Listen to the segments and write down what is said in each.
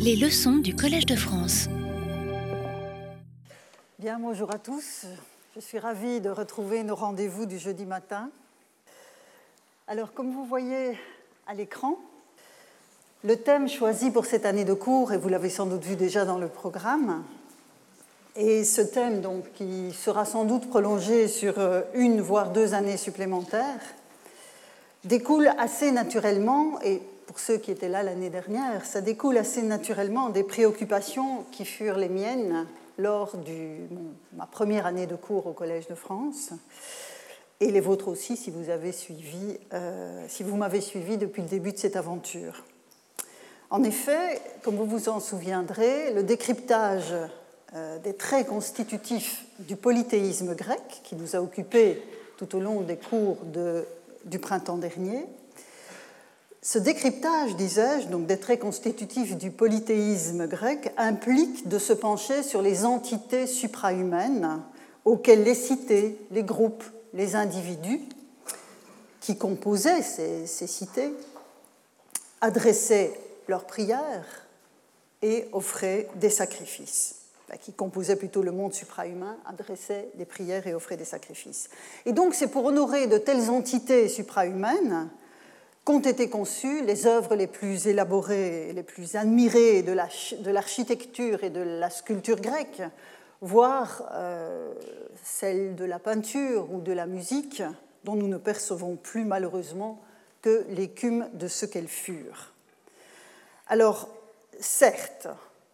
Les leçons du Collège de France. Bien, bonjour à tous. Je suis ravie de retrouver nos rendez-vous du jeudi matin. Alors, comme vous voyez à l'écran, le thème choisi pour cette année de cours, et vous l'avez sans doute vu déjà dans le programme, et ce thème donc, qui sera sans doute prolongé sur une voire 2 années supplémentaires, découle assez naturellement, et pour ceux qui étaient là l'année dernière, ça découle assez naturellement des préoccupations qui furent les miennes lors de ma première année de cours au Collège de France, et les vôtres aussi si vous m'avez suivi depuis le début de cette aventure. En effet, comme vous vous en souviendrez, le décryptage des traits constitutifs du polythéisme grec, qui nous a occupés tout au long des cours du printemps dernier, ce décryptage, disais-je, donc des traits constitutifs du polythéisme grec, implique de se pencher sur les entités suprahumaines auxquelles les cités, les groupes, les individus qui composaient ces cités adressaient leurs prières et offraient des sacrifices. Qui composaient plutôt le monde suprahumain, adressaient des prières et offraient des sacrifices. Et donc c'est pour honorer de telles entités suprahumaines qu'ont été conçues les œuvres les plus élaborées et les plus admirées de l'architecture et de la sculpture grecque, voire celles de la peinture ou de la musique, dont nous ne percevons plus malheureusement que l'écume de ce qu'elles furent. Alors, certes,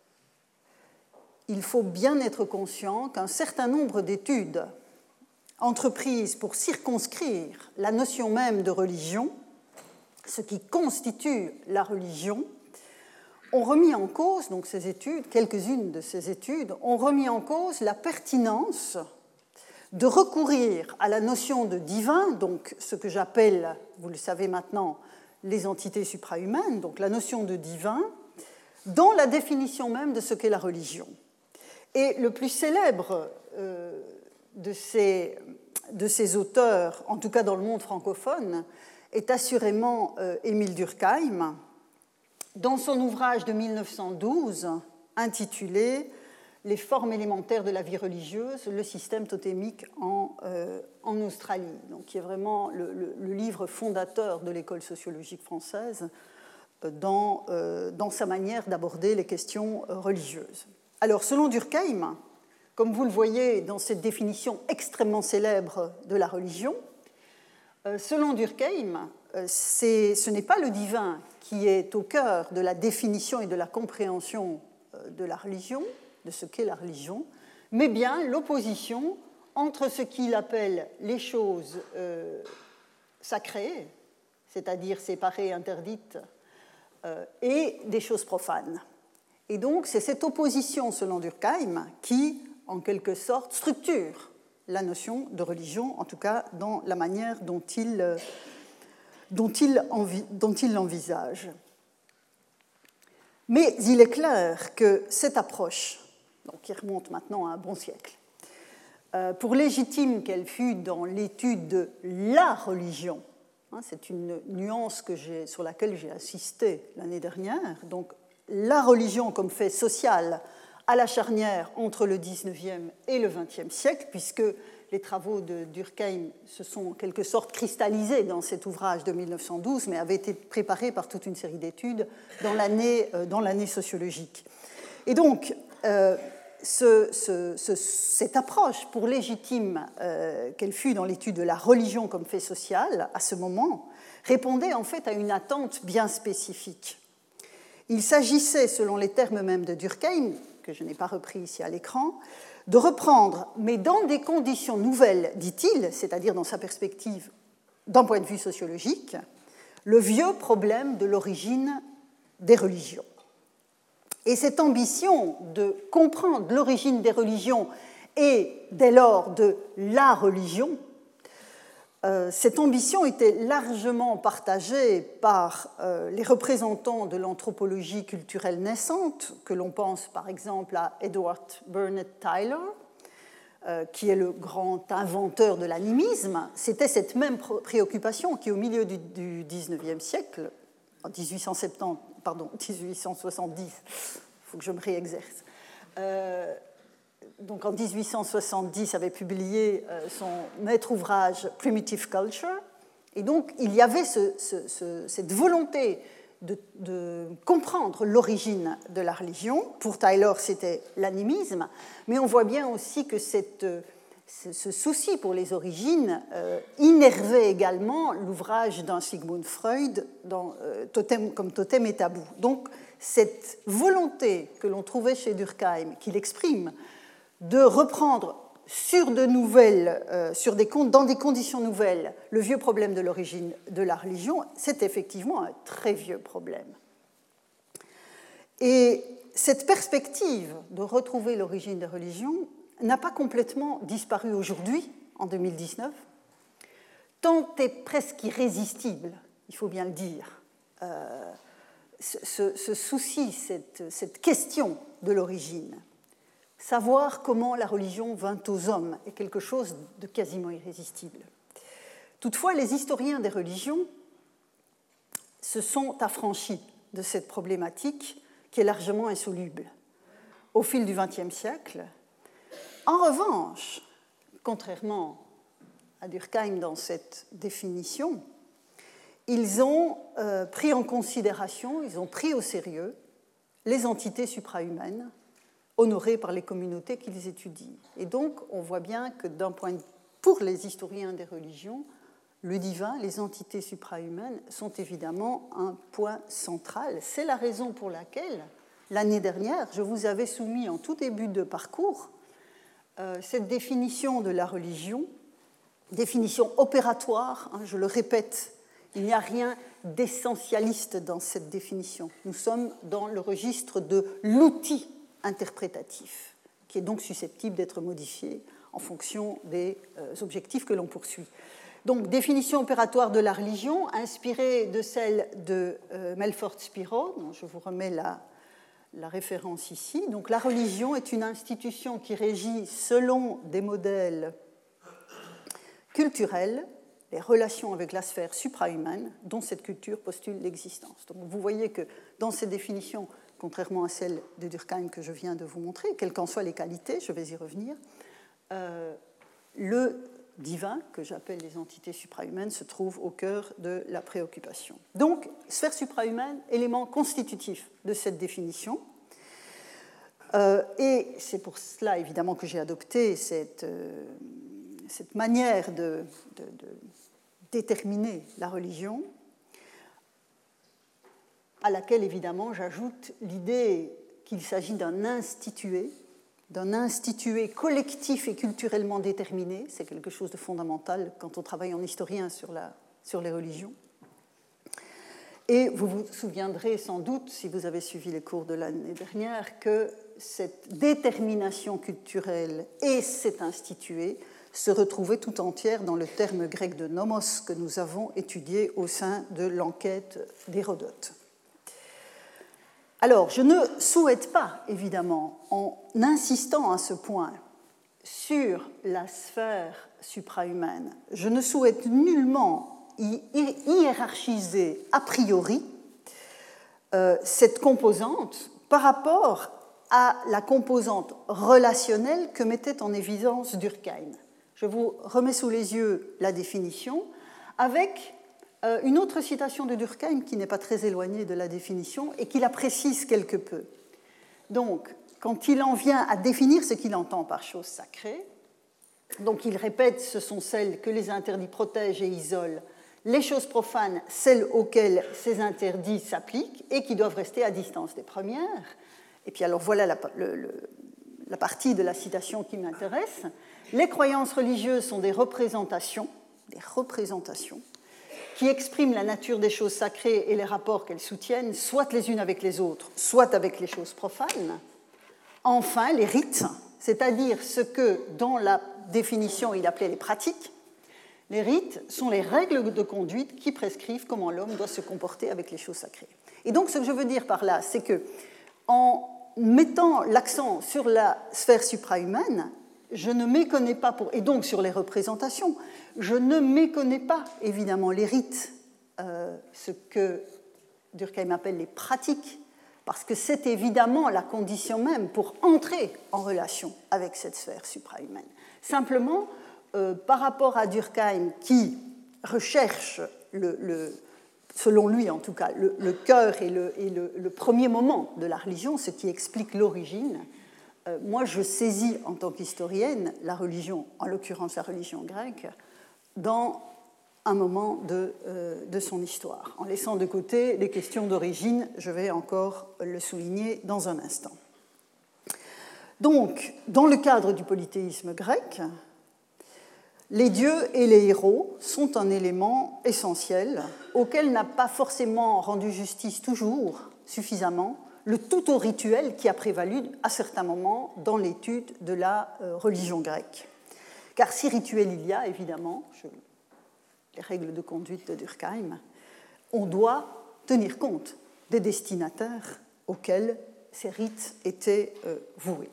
il faut bien être conscient qu'un certain nombre d'études entreprises pour circonscrire la notion même de religion, ce qui constitue la religion, ont remis en cause, donc ces études, quelques-unes de ces études, ont remis en cause la pertinence de recourir à la notion de divin, donc ce que j'appelle, vous le savez maintenant, les entités suprahumaines, donc la notion de divin, dans la définition même de ce qu'est la religion. Et le plus célèbre de ces auteurs, en tout cas dans le monde francophone, est assurément Émile Durkheim, dans son ouvrage de 1912 intitulé « Les formes élémentaires de la vie religieuse, le système totémique en Australie », donc qui est vraiment le livre fondateur de l'école sociologique française dans sa manière d'aborder les questions religieuses. Alors, selon Durkheim, comme vous le voyez dans cette définition extrêmement célèbre de la religion, selon Durkheim, ce n'est pas le divin qui est au cœur de la définition et de la compréhension de la religion, de ce qu'est la religion, mais bien l'opposition entre ce qu'il appelle les choses sacrées, c'est-à-dire séparées, interdites, et des choses profanes. Et donc, c'est cette opposition, selon Durkheim, qui, en quelque sorte, structure la notion de religion, en tout cas dans la manière dont il l'envisage. Mais il est clair que cette approche, donc qui remonte maintenant à un bon siècle, pour légitime qu'elle fût dans l'étude de la religion, c'est une nuance sur laquelle j'ai insisté l'année dernière, donc la religion comme fait social à la charnière entre le XIXe et le XXe siècle, puisque les travaux de Durkheim se sont en quelque sorte cristallisés dans cet ouvrage de 1912, mais avaient été préparés par toute une série d'études dans l'année sociologique. Et donc, cette approche, pour légitime qu'elle fût dans l'étude de la religion comme fait social, à ce moment, répondait en fait à une attente bien spécifique. Il s'agissait, selon les termes mêmes de Durkheim, que je n'ai pas repris ici à l'écran, de reprendre, mais dans des conditions nouvelles, dit-il, c'est-à-dire dans sa perspective d'un point de vue sociologique, le vieux problème de l'origine des religions. Et cette ambition de comprendre l'origine des religions et, dès lors, de la religion, cette ambition était largement partagée par les représentants de l'anthropologie culturelle naissante, que l'on pense par exemple à Edward Burnett Tylor, qui est le grand inventeur de l'animisme. C'était cette même préoccupation qui, au milieu du XIXe siècle, en 1870 1870, il faut que je me réexerce. Donc en 1870 avait publié son maître ouvrage Primitive Culture, et donc il y avait cette volonté de comprendre l'origine de la religion. Pour Taylor, c'était l'animisme, mais on voit bien aussi que ce souci pour les origines innervait également l'ouvrage d'un Sigmund Freud comme Totem et Tabou. Donc cette volonté que l'on trouvait chez Durkheim, qu'il exprime, de reprendre dans des conditions nouvelles le vieux problème de l'origine de la religion, c'est effectivement un très vieux problème. Et cette perspective de retrouver l'origine des religions n'a pas complètement disparu aujourd'hui, en 2019, tant est presque irrésistible, il faut bien le dire, ce souci, cette question de l'origine. Savoir comment la religion vint aux hommes est quelque chose de quasiment irrésistible. Toutefois, les historiens des religions se sont affranchis de cette problématique qui est largement insoluble au fil du XXe siècle. En revanche, contrairement à Durkheim dans cette définition, ils ont pris en considération, ils ont pris au sérieux les entités suprahumaines honorés par les communautés qu'ils étudient. Et donc, on voit bien que pour les historiens des religions, le divin, les entités suprahumaines, sont évidemment un point central. C'est la raison pour laquelle, l'année dernière, je vous avais soumis en tout début de parcours cette définition de la religion, définition opératoire, je le répète, il n'y a rien d'essentialiste dans cette définition. Nous sommes dans le registre de l'outil interprétatif, qui est donc susceptible d'être modifié en fonction des objectifs que l'on poursuit. Donc, définition opératoire de la religion, inspirée de celle de Melfort Spiro, dont je vous remets la référence ici. Donc, la religion est une institution qui régit selon des modèles culturels les relations avec la sphère suprahumaine dont cette culture postule l'existence. Donc, vous voyez que dans cette définition, contrairement à celle de Durkheim que je viens de vous montrer, quelles qu'en soient les qualités, je vais y revenir, le divin, que j'appelle les entités suprahumaines, se trouve au cœur de la préoccupation. Donc, sphère suprahumaine, élément constitutif de cette définition. Et c'est pour cela, évidemment, que j'ai adopté cette manière de déterminer la religion, à laquelle, évidemment, j'ajoute l'idée qu'il s'agit d'un institué collectif et culturellement déterminé. C'est quelque chose de fondamental quand on travaille en historien sur les religions. Et vous vous souviendrez sans doute, si vous avez suivi les cours de l'année dernière, que cette détermination culturelle et cet institué se retrouvaient tout entière dans le terme grec de nomos que nous avons étudié au sein de l'enquête d'Hérodote. Alors, je ne souhaite pas, évidemment, en insistant à ce point sur la sphère suprahumaine, je ne souhaite nullement hiérarchiser a priori cette composante par rapport à la composante relationnelle que mettait en évidence Durkheim. Je vous remets sous les yeux la définition avec une autre citation de Durkheim qui n'est pas très éloignée de la définition et qui la précise quelque peu. Donc, quand il en vient à définir ce qu'il entend par chose sacrée, donc il répète, ce sont celles que les interdits protègent et isolent, les choses profanes, celles auxquelles ces interdits s'appliquent et qui doivent rester à distance des premières. Et puis alors voilà la partie de la citation qui m'intéresse. Les croyances religieuses sont des représentations qui expriment la nature des choses sacrées et les rapports qu'elles soutiennent, soit les unes avec les autres, soit avec les choses profanes. Enfin, les rites, c'est-à-dire ce que, dans la définition, il appelait les pratiques. Les rites sont les règles de conduite qui prescrivent comment l'homme doit se comporter avec les choses sacrées. Et donc, ce que je veux dire par là, c'est que, en mettant l'accent sur la sphère suprahumaine, je ne méconnais pas, et donc sur les représentations, je ne méconnais pas, évidemment, les rites, ce que Durkheim appelle les pratiques, parce que c'est évidemment la condition même pour entrer en relation avec cette sphère suprahumaine. Simplement, par rapport à Durkheim qui recherche, selon lui en tout cas, le cœur et le premier moment de la religion, ce qui explique l'origine, moi je saisis en tant qu'historienne la religion, en l'occurrence la religion grecque, dans un moment de son histoire. En laissant de côté les questions d'origine, je vais encore le souligner dans un instant. Donc, dans le cadre du polythéisme grec, les dieux et les héros sont un élément essentiel auquel n'a pas forcément rendu justice toujours suffisamment le tout au rituel qui a prévalu à certains moments dans l'étude de la religion grecque. Car si rituel il y a, évidemment, les règles de conduite de Durkheim, on doit tenir compte des destinataires auxquels ces rites étaient voués.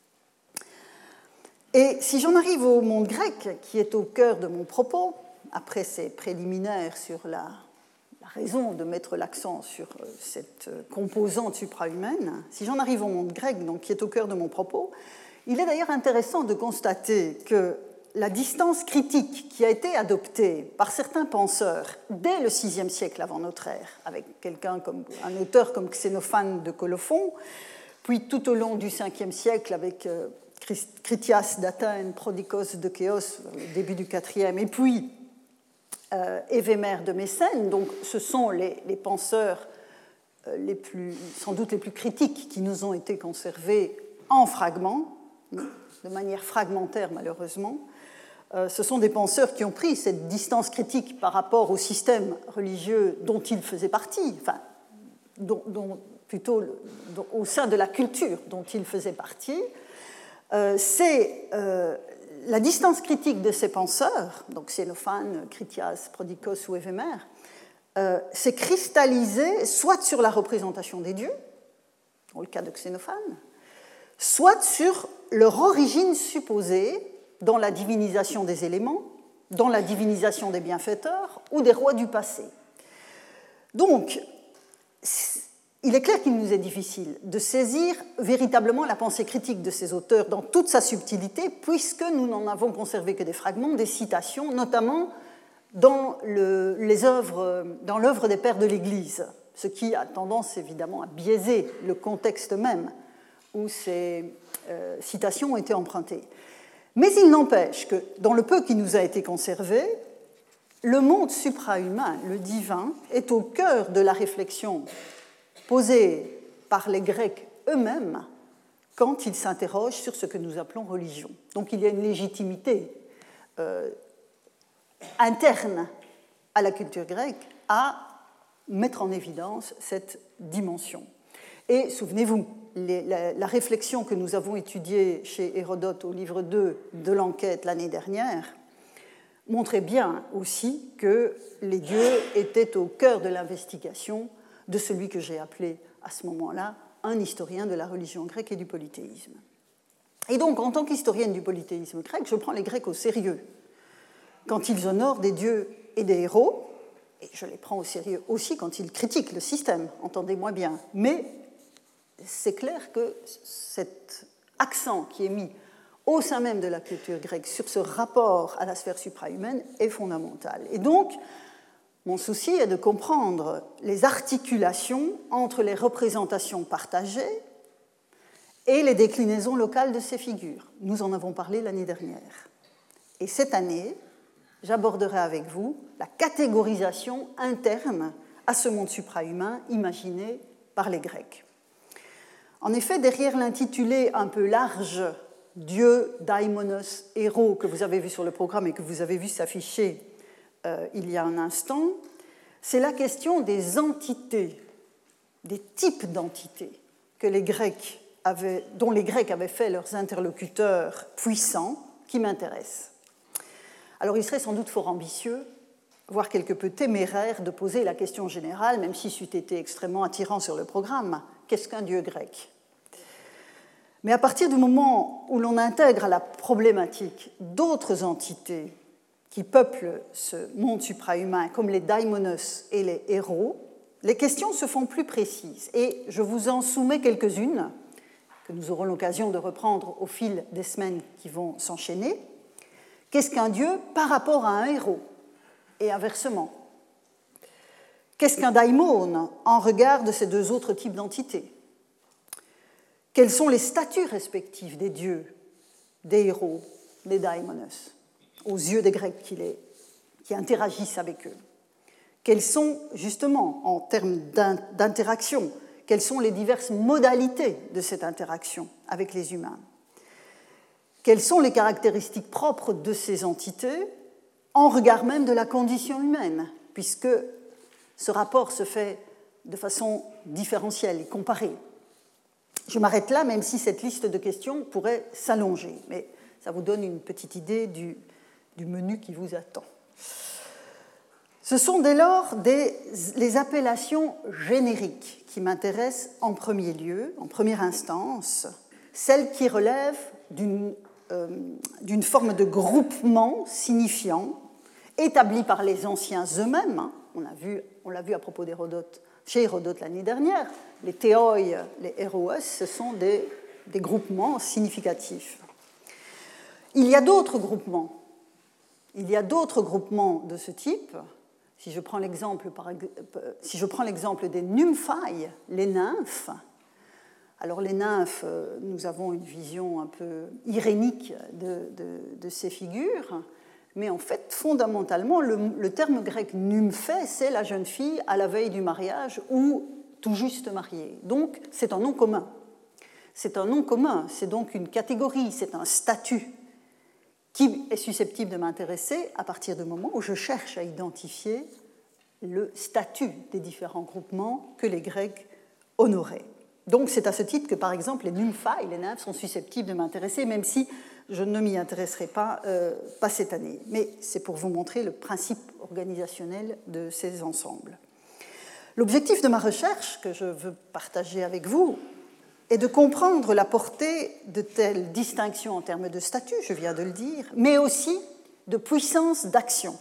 Et si j'en arrive au monde grec, qui est au cœur de mon propos, après ces préliminaires sur la raison de mettre l'accent sur cette composante suprahumaine, si j'en arrive au monde grec, donc, qui est au cœur de mon propos, il est d'ailleurs intéressant de constater que la distance critique qui a été adoptée par certains penseurs dès le VIe siècle avant notre ère, avec un auteur comme Xénophane de Colophon, puis tout au long du Ve siècle avec Critias d'Athènes, Prodicos de Chéos, au début du IVe, et puis Évémère de Mécène. Donc, ce sont les penseurs sans doute les plus critiques qui nous ont été conservés en fragments, de manière fragmentaire malheureusement. Ce sont des penseurs qui ont pris cette distance critique par rapport au système religieux dont ils faisaient partie, enfin, plutôt au sein de la culture dont ils faisaient partie. C'est la distance critique de ces penseurs, donc Xénophane, Critias, Prodicos ou Évémère, s'est cristallisée soit sur la représentation des dieux, dans le cas de Xénophane, soit sur leur origine supposée dans la divinisation des éléments, dans la divinisation des bienfaiteurs ou des rois du passé. Donc, il est clair qu'il nous est difficile de saisir véritablement la pensée critique de ces auteurs dans toute sa subtilité, puisque nous n'en avons conservé que des fragments, des citations, notamment dans l'œuvre des pères de l'Église, ce qui a tendance évidemment à biaiser le contexte même où ces citations ont été empruntées. Mais il n'empêche que, dans le peu qui nous a été conservé, le monde suprahumain, le divin, est au cœur de la réflexion posée par les Grecs eux-mêmes quand ils s'interrogent sur ce que nous appelons religion. Donc il y a une légitimité interne à la culture grecque à mettre en évidence cette dimension. Et souvenez-vous, la réflexion que nous avons étudiée chez Hérodote au livre 2 de l'enquête l'année dernière montrait bien aussi que les dieux étaient au cœur de l'investigation de celui que j'ai appelé à ce moment-là un historien de la religion grecque et du polythéisme. Et donc, en tant qu'historienne du polythéisme grec, je prends les Grecs au sérieux quand ils honorent des dieux et des héros, et je les prends au sérieux aussi quand ils critiquent le système, entendez-moi bien. Mais c'est clair que cet accent qui est mis au sein même de la culture grecque sur ce rapport à la sphère suprahumaine est fondamental. Et donc, mon souci est de comprendre les articulations entre les représentations partagées et les déclinaisons locales de ces figures. Nous en avons parlé l'année dernière. Et cette année, j'aborderai avec vous la catégorisation interne à ce monde suprahumain imaginé par les Grecs. En effet, derrière l'intitulé un peu large « Dieu, daimonos, héros » que vous avez vu sur le programme et que vous avez vu s'afficher il y a un instant, c'est la question des entités, des types d'entités dont les Grecs avaient fait leurs interlocuteurs puissants qui m'intéressent. Alors il serait sans doute fort ambitieux, voire quelque peu téméraire, de poser la question générale, même si c'eût été extrêmement attirant sur le programme, qu'est-ce qu'un dieu grec ? Mais à partir du moment où l'on intègre à la problématique d'autres entités qui peuplent ce monde suprahumain, comme les daimonos et les héros, les questions se font plus précises et je vous en soumets quelques-unes que nous aurons l'occasion de reprendre au fil des semaines qui vont s'enchaîner. Qu'est-ce qu'un dieu par rapport à un héros et inversement? Qu'est-ce qu'un daimon en regard de ces deux autres types d'entités? Quels sont les statuts respectifs des dieux, des héros, des daimonos, aux yeux des Grecs qui interagissent avec eux? Quelles sont, justement, en termes d'interaction, quelles sont les diverses modalités de cette interaction avec les humains? Quelles sont les caractéristiques propres de ces entités en regard même de la condition humaine, puisque ce rapport se fait de façon différentielle et comparée? Je m'arrête là, même si cette liste de questions pourrait s'allonger, mais ça vous donne une petite idée du menu qui vous attend. Ce sont dès lors les appellations génériques qui m'intéressent en premier lieu, en première instance, celles qui relèvent d'une forme de groupement signifiant établi par les anciens eux-mêmes. On l'a vu à propos d'Hérodote, chez Hérodote l'année dernière. Les théoi, les héroës, ce sont des groupements significatifs. Il y a d'autres groupements. Il y a d'autres groupements de ce type. Si je prends l'exemple des nymphailles, les nymphes, alors les nymphes, nous avons une vision un peu irénique de ces figures, mais en fait, fondamentalement, le terme grec nymphée, c'est la jeune fille à la veille du mariage ou tout juste mariée. Donc, c'est un nom commun. C'est un nom commun, c'est donc une catégorie, c'est un statut qui est susceptible de m'intéresser à partir du moment où je cherche à identifier le statut des différents groupements que les Grecs honoraient. Donc c'est à ce titre que, par exemple, les nymphailles, les nymphes, sont susceptibles de m'intéresser, même si je ne m'y intéresserai pas cette année. Mais c'est pour vous montrer le principe organisationnel de ces ensembles. L'objectif de ma recherche, que je veux partager avec vous, est de comprendre la portée de telles distinctions en termes de statut, je viens de le dire, mais aussi de puissance d'action.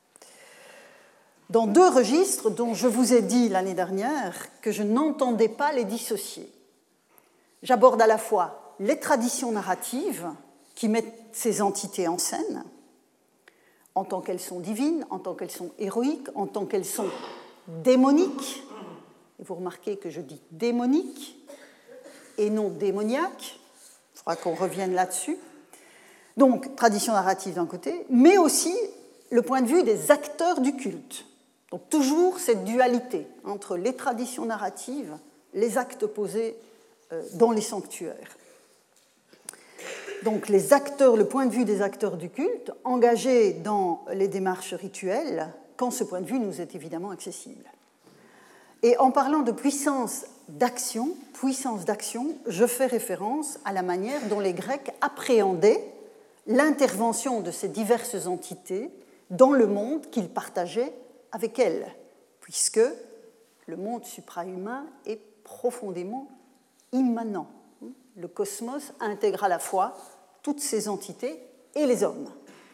Dans deux registres dont je vous ai dit l'année dernière que je n'entendais pas les dissocier. J'aborde à la fois les traditions narratives qui mettent ces entités en scène, en tant qu'elles sont divines, en tant qu'elles sont héroïques, en tant qu'elles sont démoniques. Et vous remarquez que je dis démoniques et non démoniaques. Il faudra qu'on revienne là-dessus. Donc, tradition narrative d'un côté, mais aussi le point de vue des acteurs du culte. Donc, toujours cette dualité entre les traditions narratives, les actes posés dans les sanctuaires. Donc, le point de vue des acteurs du culte, engagés dans les démarches rituelles, quand ce point de vue nous est évidemment accessible. Et en parlant de puissance d'action, je fais référence à la manière dont les Grecs appréhendaient l'intervention de ces diverses entités dans le monde qu'ils partageaient avec elles, puisque le monde suprahumain est profondément immanent. Le cosmos intègre à la fois toutes ces entités et les hommes.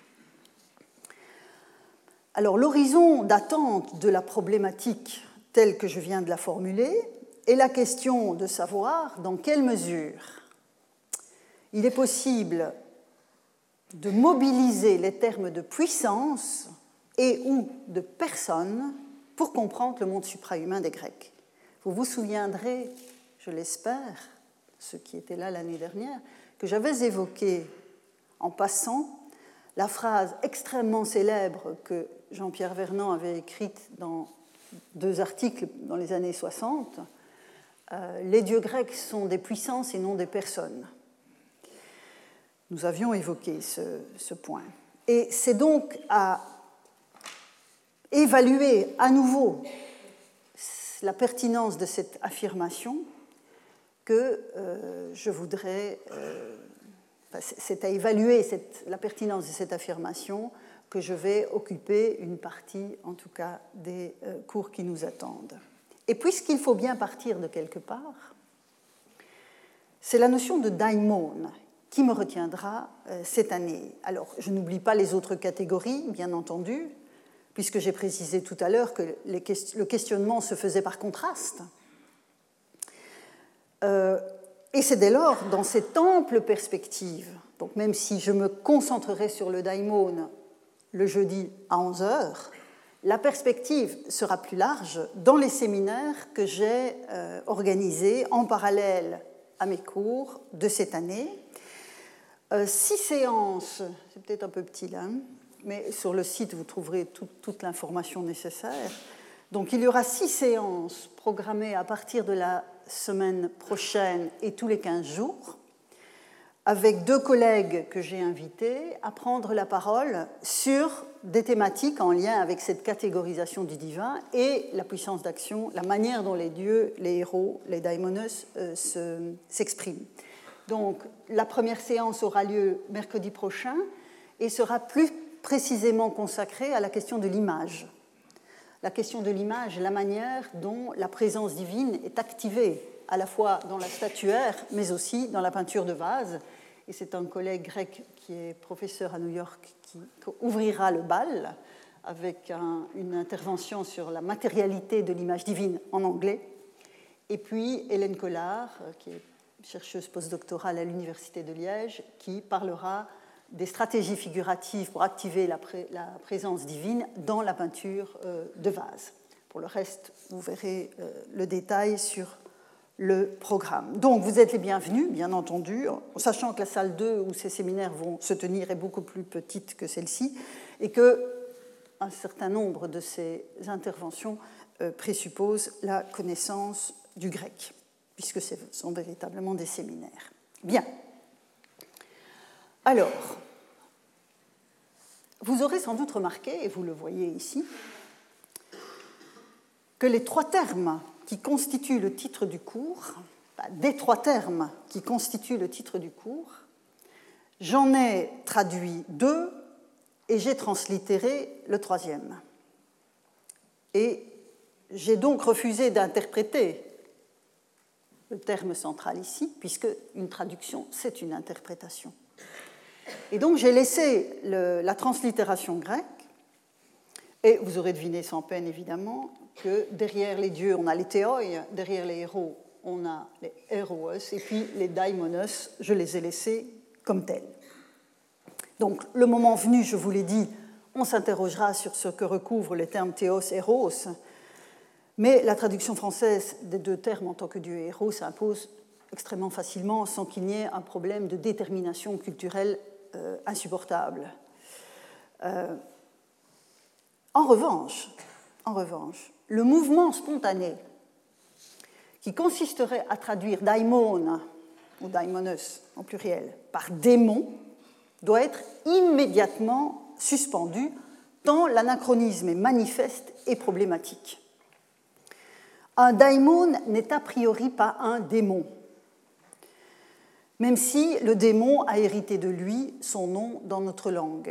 Alors, l'horizon d'attente de la problématique telle que je viens de la formuler est la question de savoir dans quelle mesure il est possible de mobiliser les termes de puissance et ou de personne pour comprendre le monde suprahumain des Grecs. Vous vous souviendrez, je l'espère, ceux qui étaient là l'année dernière, que j'avais évoqué en passant la phrase extrêmement célèbre que Jean-Pierre Vernant avait écrite dans 2 articles dans les années 60, les dieux grecs sont des puissances et non des personnes. Nous avions évoqué ce point. Et c'est donc à évaluer à nouveau la pertinence de cette affirmation que je voudrais... c'est à évaluer la pertinence de cette affirmation que je vais occuper une partie, en tout cas, des cours qui nous attendent. Et puisqu'il faut bien partir de quelque part, c'est la notion de daimon qui me retiendra cette année. Alors, je n'oublie pas les autres catégories, bien entendu, puisque j'ai précisé tout à l'heure que le questionnement se faisait par contraste. Et c'est dès lors, dans cette ample perspective, donc même si je me concentrerai sur le daimon le jeudi à 11h, la perspective sera plus large dans les séminaires que j'ai organisés en parallèle à mes cours de cette année. 6 séances, c'est peut-être un peu petit là, mais sur le site vous trouverez toute l'information nécessaire. Donc il y aura 6 séances programmées à partir de la semaine prochaine et tous les 15 jours, avec 2 collègues que j'ai invités à prendre la parole sur des thématiques en lien avec cette catégorisation du divin et la puissance d'action, la manière dont les dieux, les héros, les daimonos s'expriment. Donc la première séance aura lieu mercredi prochain et sera plus précisément consacrée à la question de l'image. La question de l'image, la manière dont la présence divine est activée, à la fois dans la statuaire, mais aussi dans la peinture de vase. Et c'est un collègue grec qui est professeur à New York qui ouvrira le bal avec une intervention sur la matérialité de l'image divine en anglais. Et puis Hélène Collard, qui est chercheuse postdoctorale à l'Université de Liège, qui parlera des stratégies figuratives pour activer la présence divine dans la peinture de vase. Pour le reste, vous verrez le détail sur le programme. Donc, vous êtes les bienvenus, bien entendu, en sachant que la salle 2 où ces séminaires vont se tenir est beaucoup plus petite que celle-ci et qu'un certain nombre de ces interventions présupposent la connaissance du grec, puisque ce sont véritablement des séminaires. Bien. Alors, vous aurez sans doute remarqué, et vous le voyez ici, que les 3 termes qui constituent le titre du cours, des 3 termes qui constituent le titre du cours, j'en ai traduit 2 et j'ai translittéré le 3e. Et j'ai donc refusé d'interpréter le terme central ici, puisque une traduction, c'est une interprétation. Et donc j'ai laissé la translittération grecque, et vous aurez deviné sans peine évidemment que derrière les dieux on a les théoi, derrière les héros on a les héroes, et puis les daimonos, je les ai laissés comme tels. Donc le moment venu, je vous l'ai dit, on s'interrogera sur ce que recouvrent les termes théos, héros, mais la traduction française des 2 termes en tant que dieu et héros s'impose extrêmement facilement sans qu'il n'y ait un problème de détermination culturelle insupportable. En revanche, le mouvement spontané qui consisterait à traduire daimon ou daimonos en pluriel par démon doit être immédiatement suspendu tant l'anachronisme est manifeste et problématique. Un daimon n'est a priori pas un démon, même si le démon a hérité de lui son nom dans notre langue.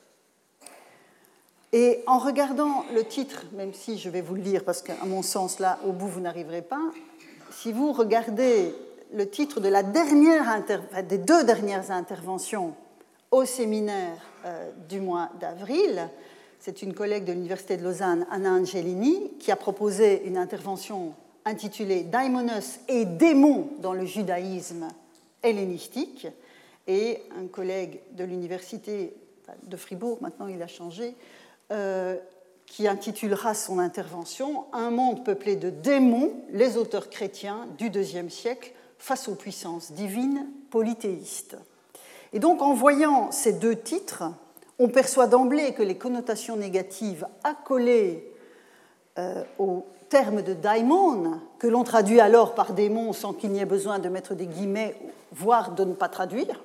Et en regardant le titre, même si je vais vous le lire parce qu'à mon sens, là, au bout, vous n'arriverez pas, si vous regardez le titre de des 2 dernières interventions au séminaire du mois d'avril, c'est une collègue de l'Université de Lausanne, Anna Angelini, qui a proposé une intervention intitulée « Daimonos et démons dans le judaïsme hellénistique », et un collègue de l'Université de Fribourg, maintenant il a changé, qui intitulera son intervention « Un monde peuplé de démons, les auteurs chrétiens du IIe siècle face aux puissances divines polythéistes ». Et donc, en voyant ces 2 titres, on perçoit d'emblée que les connotations négatives accolées au terme de daimon, que l'on traduit alors par démon sans qu'il n'y ait besoin de mettre des guillemets, voire de ne pas traduire,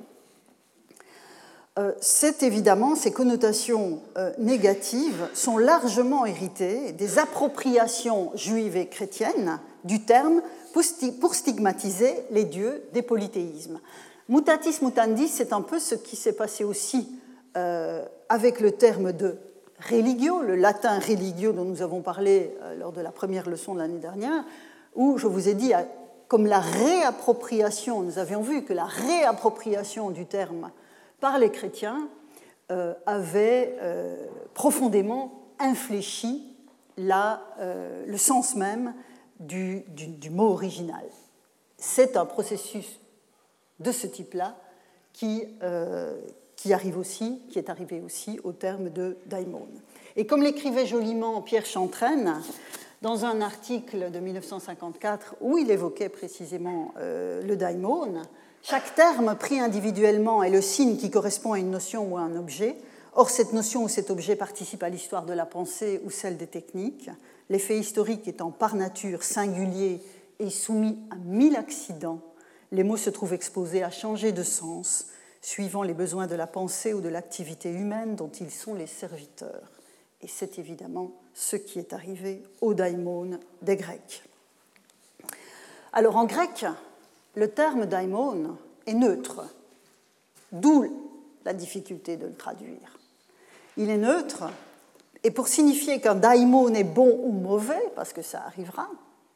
c'est évidemment, ces connotations négatives sont largement héritées des appropriations juives et chrétiennes du terme pour stigmatiser les dieux des polythéismes. Mutatis mutandis, c'est un peu ce qui s'est passé aussi avec le terme de religio, le latin religio dont nous avons parlé lors de la première leçon de l'année dernière, où je vous ai dit, comme la réappropriation, nous avions vu que la réappropriation du terme par les chrétiens avait profondément infléchit le sens même du mot original. C'est un processus de ce type-là qui est arrivé aussi au terme de daimon. Et comme l'écrivait joliment Pierre Chantraine, dans un article de 1954 où il évoquait précisément le daimon, chaque terme pris individuellement est le signe qui correspond à une notion ou à un objet. Or, cette notion ou cet objet participe à l'histoire de la pensée ou celle des techniques, les faits historiques étant par nature singuliers et soumis à 1000 accidents, les mots se trouvent exposés à changer de sens, suivant les besoins de la pensée ou de l'activité humaine dont ils sont les serviteurs. Et c'est évidemment ce qui est arrivé au daimon des Grecs. Alors en grec, le terme daimon est neutre, d'où la difficulté de le traduire. Il est neutre, et pour signifier qu'un daimon est bon ou mauvais, parce que ça arrivera,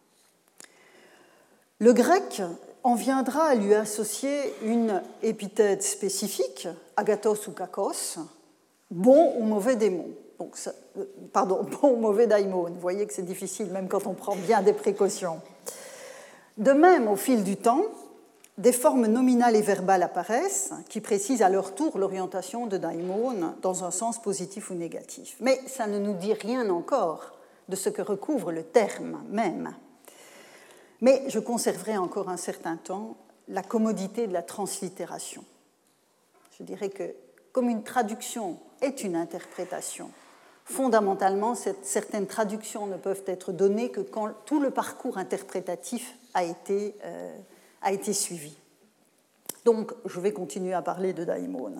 le grec en viendra à lui associer une épithète spécifique, agathos ou kakos, bon ou mauvais démon. Donc, bon ou mauvais daimon. Vous voyez que c'est difficile, même quand on prend bien des précautions. De même, au fil du temps, des formes nominales et verbales apparaissent qui précisent à leur tour l'orientation de daimon dans un sens positif ou négatif. Mais ça ne nous dit rien encore de ce que recouvre le terme même. Mais je conserverai encore un certain temps la commodité de la translittération. Je dirais que comme une traduction est une interprétation, fondamentalement, certaines traductions ne peuvent être données que quand tout le parcours interprétatif a été suivi. Donc, je vais continuer à parler de daimon.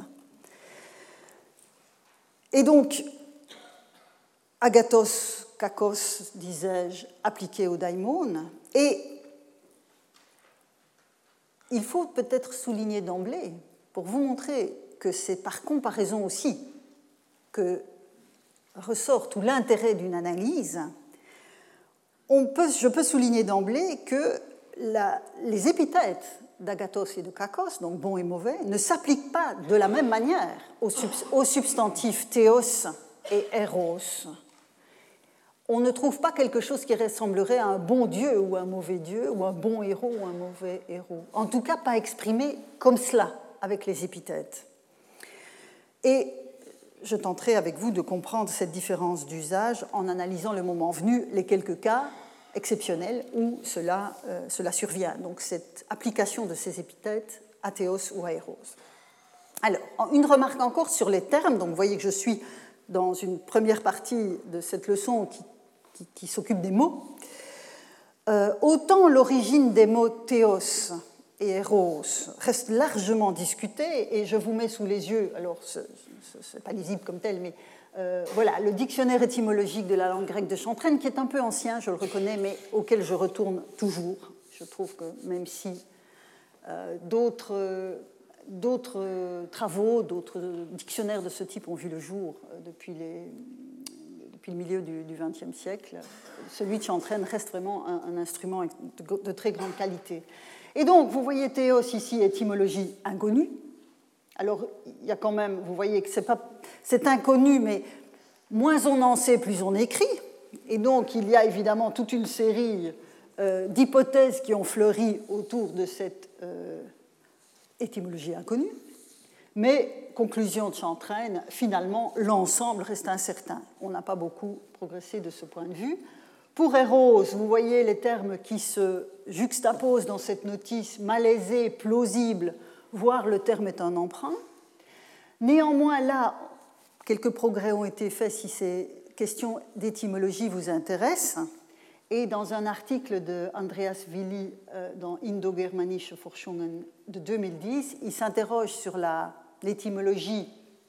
Et donc, agathos, kakos, disais-je, appliqué au daimon. Et il faut peut-être souligner d'emblée, pour vous montrer que c'est par comparaison aussi que ressort tout l'intérêt d'une analyse, je peux souligner d'emblée que les épithètes d'agathos et de kakos, donc bon et mauvais, ne s'appliquent pas de la même manière aux substantifs théos et héros. On ne trouve pas quelque chose qui ressemblerait à un bon dieu ou un mauvais dieu, ou un bon héros ou un mauvais héros. En tout cas, pas exprimé comme cela avec les épithètes. Et je tenterai avec vous de comprendre cette différence d'usage en analysant le moment venu les quelques cas exceptionnels où cela survient. Donc cette application de ces épithètes à théos ou à héros. Alors, une remarque encore sur les termes. Donc vous voyez que je suis dans une première partie de cette leçon qui s'occupe des mots. Autant l'origine des mots théos et héros reste largement discutée, et je vous mets sous les yeux, alors ce n'est pas lisible comme tel, mais voilà, le dictionnaire étymologique de la langue grecque de Chantraine, qui est un peu ancien, je le reconnais, mais auquel je retourne toujours. Je trouve que même si d'autres travaux, d'autres dictionnaires de ce type ont vu le jour depuis le milieu du XXe siècle, celui de Chantraine reste vraiment un instrument de très grande qualité. Et donc, vous voyez théos ici, étymologie inconnue. Alors, il y a quand même, vous voyez que c'est inconnu, mais moins on en sait, plus on écrit. Et donc, il y a évidemment toute une série d'hypothèses qui ont fleuri autour de cette étymologie inconnue. Mais, conclusion de Chantraine, finalement, l'ensemble reste incertain. On n'a pas beaucoup progressé de ce point de vue. Pour héros, vous voyez les termes qui se juxtaposent dans cette notice, malaisé, plausible, voire le terme est un emprunt. Néanmoins, là, quelques progrès ont été faits si ces questions d'étymologie vous intéressent. Et dans un article de Andreas Willi dans Indo-Germanische Forschungen de 2010, il s'interroge sur l'étymologie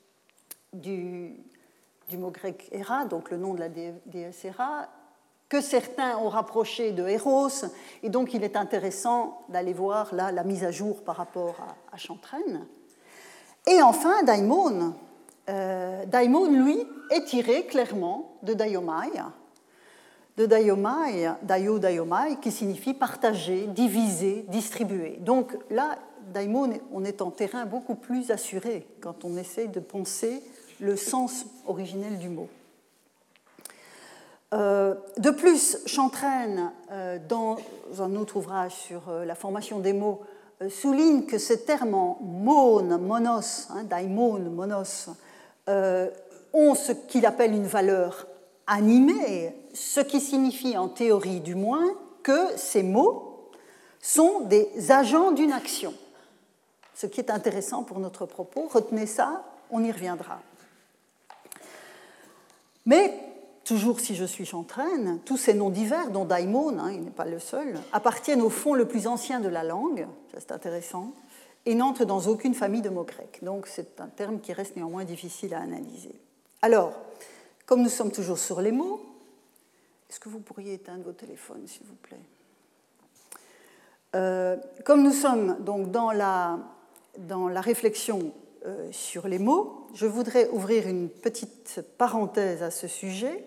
du mot grec Héra, donc le nom de la déesse Héra, que certains ont rapproché de Héros, et donc il est intéressant d'aller voir là la mise à jour par rapport à Chantraine. Et enfin, daimon. Daimon, lui, est tiré clairement de daiomai, daio-daiomai, qui signifie partager, diviser, distribuer. Donc là, daimon, on est en terrain beaucoup plus assuré quand on essaie de penser le sens originel du mot. De plus, Chantraine, dans un autre ouvrage sur la formation des mots, souligne que ces termes en mone, monos, daimon, monos, ont ce qu'il appelle une valeur animée, ce qui signifie en théorie du moins que ces mots sont des agents d'une action. Ce qui est intéressant pour notre propos, retenez ça, on y reviendra. Mais, toujours si je suis Chantraine, tous ces noms divers, dont daimon, il n'est pas le seul, appartiennent au fond le plus ancien de la langue, ça c'est intéressant, et n'entrent dans aucune famille de mots grecs. Donc c'est un terme qui reste néanmoins difficile à analyser. Alors, comme nous sommes toujours sur les mots, est-ce que vous pourriez éteindre vos téléphones, s'il vous plaît ? Comme nous sommes donc dans la réflexion sur les mots, je voudrais ouvrir une petite parenthèse à ce sujet,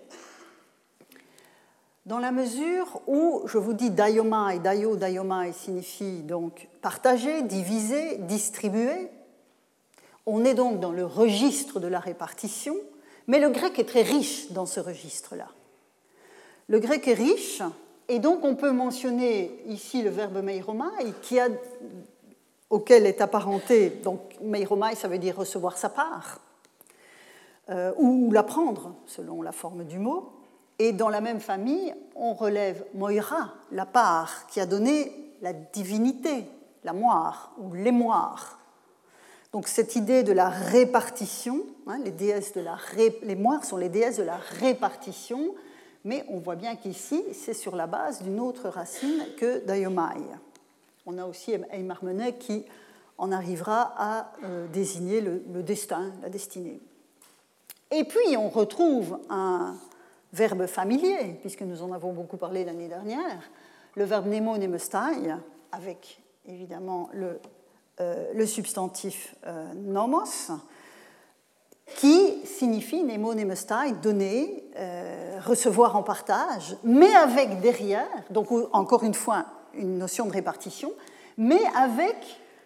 dans la mesure où je vous dis daiomai, daiomai signifie donc partager, diviser, distribuer. On est donc dans le registre de la répartition, mais le grec est très riche dans ce registre-là. Le grec est riche, et donc on peut mentionner ici le verbe meiromai, auquel est apparenté, donc meiromai, ça veut dire recevoir sa part, ou la prendre, selon la forme du mot. Et dans la même famille, on relève moira, la part qui a donné la divinité, la moire ou l'émoire. Donc cette idée de la répartition, les moires sont les déesses de la répartition, mais on voit bien qu'ici, c'est sur la base d'une autre racine que daiomai. On a aussi Eimarmenet qui en arrivera à désigner le destin, la destinée. Et puis on retrouve un verbe familier, puisque nous en avons beaucoup parlé l'année dernière, le verbe nemo nemestai, avec évidemment le substantif nomos, qui signifie nemo nemestai, donner, recevoir en partage, mais avec derrière, donc encore une fois une notion de répartition, mais avec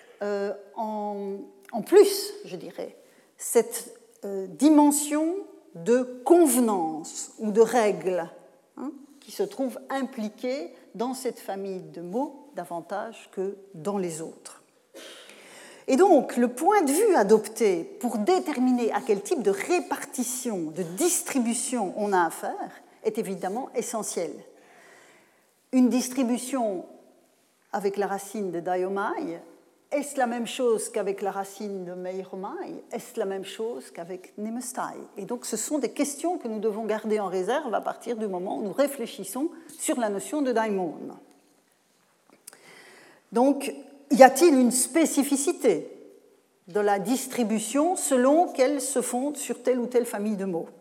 en plus, je dirais, cette dimension de convenance ou de règle qui se trouve impliquée dans cette famille de mots davantage que dans les autres. Et donc, le point de vue adopté pour déterminer à quel type de répartition, de distribution on a affaire est évidemment essentiel. Une distribution avec la racine de daiomai, est-ce la même chose qu'avec la racine de meiromai? Est-ce la même chose qu'avec nemestai? Et donc, ce sont des questions que nous devons garder en réserve à partir du moment où nous réfléchissons sur la notion de daimon. Donc, y a-t-il une spécificité de la distribution selon qu'elle se fonde sur telle ou telle famille de mots?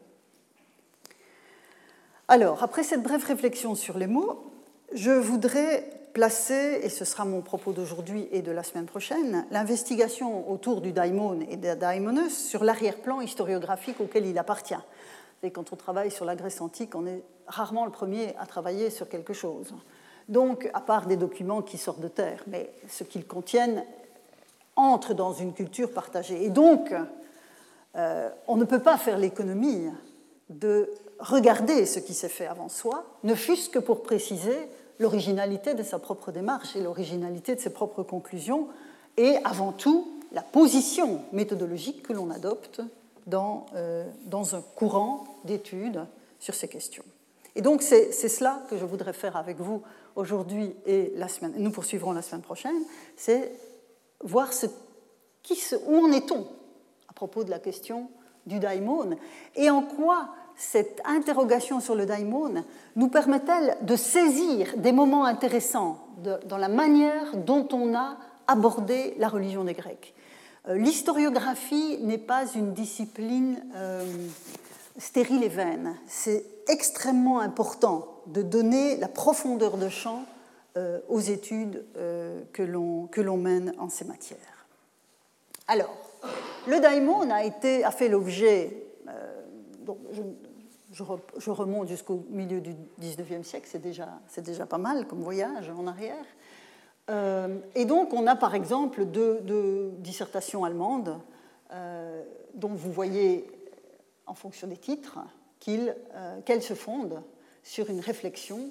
Alors, après cette brève réflexion sur les mots, je voudrais placer, et ce sera mon propos d'aujourd'hui et de la semaine prochaine, l'investigation autour du daimon et de daimonos sur l'arrière-plan historiographique auquel il appartient. Et quand on travaille sur la Grèce antique, on est rarement le premier à travailler sur quelque chose. Donc, à part des documents qui sortent de terre, mais ce qu'ils contiennent entre dans une culture partagée. Et donc, on ne peut pas faire l'économie de regarder ce qui s'est fait avant soi, ne fût-ce que pour préciser l'originalité de sa propre démarche et l'originalité de ses propres conclusions, et avant tout la position méthodologique que l'on adopte dans un courant d'études sur ces questions. Et donc c'est cela que je voudrais faire avec vous aujourd'hui et nous poursuivrons la semaine prochaine, c'est voir où en est-on à propos de la question du daimon et en quoi cette interrogation sur le daimon nous permet-elle de saisir des moments intéressants dans la manière dont on a abordé la religion des Grecs. L'historiographie n'est pas une discipline stérile et vaine. C'est extrêmement important de donner la profondeur de champ aux études que l'on mène en ces matières. Alors, le daimon a fait l'objet... Je remonte jusqu'au milieu du XIXe siècle, c'est déjà pas mal comme voyage en arrière. Et donc, on a par exemple deux dissertations allemandes dont vous voyez, en fonction des titres, qu'elles se fondent sur une réflexion,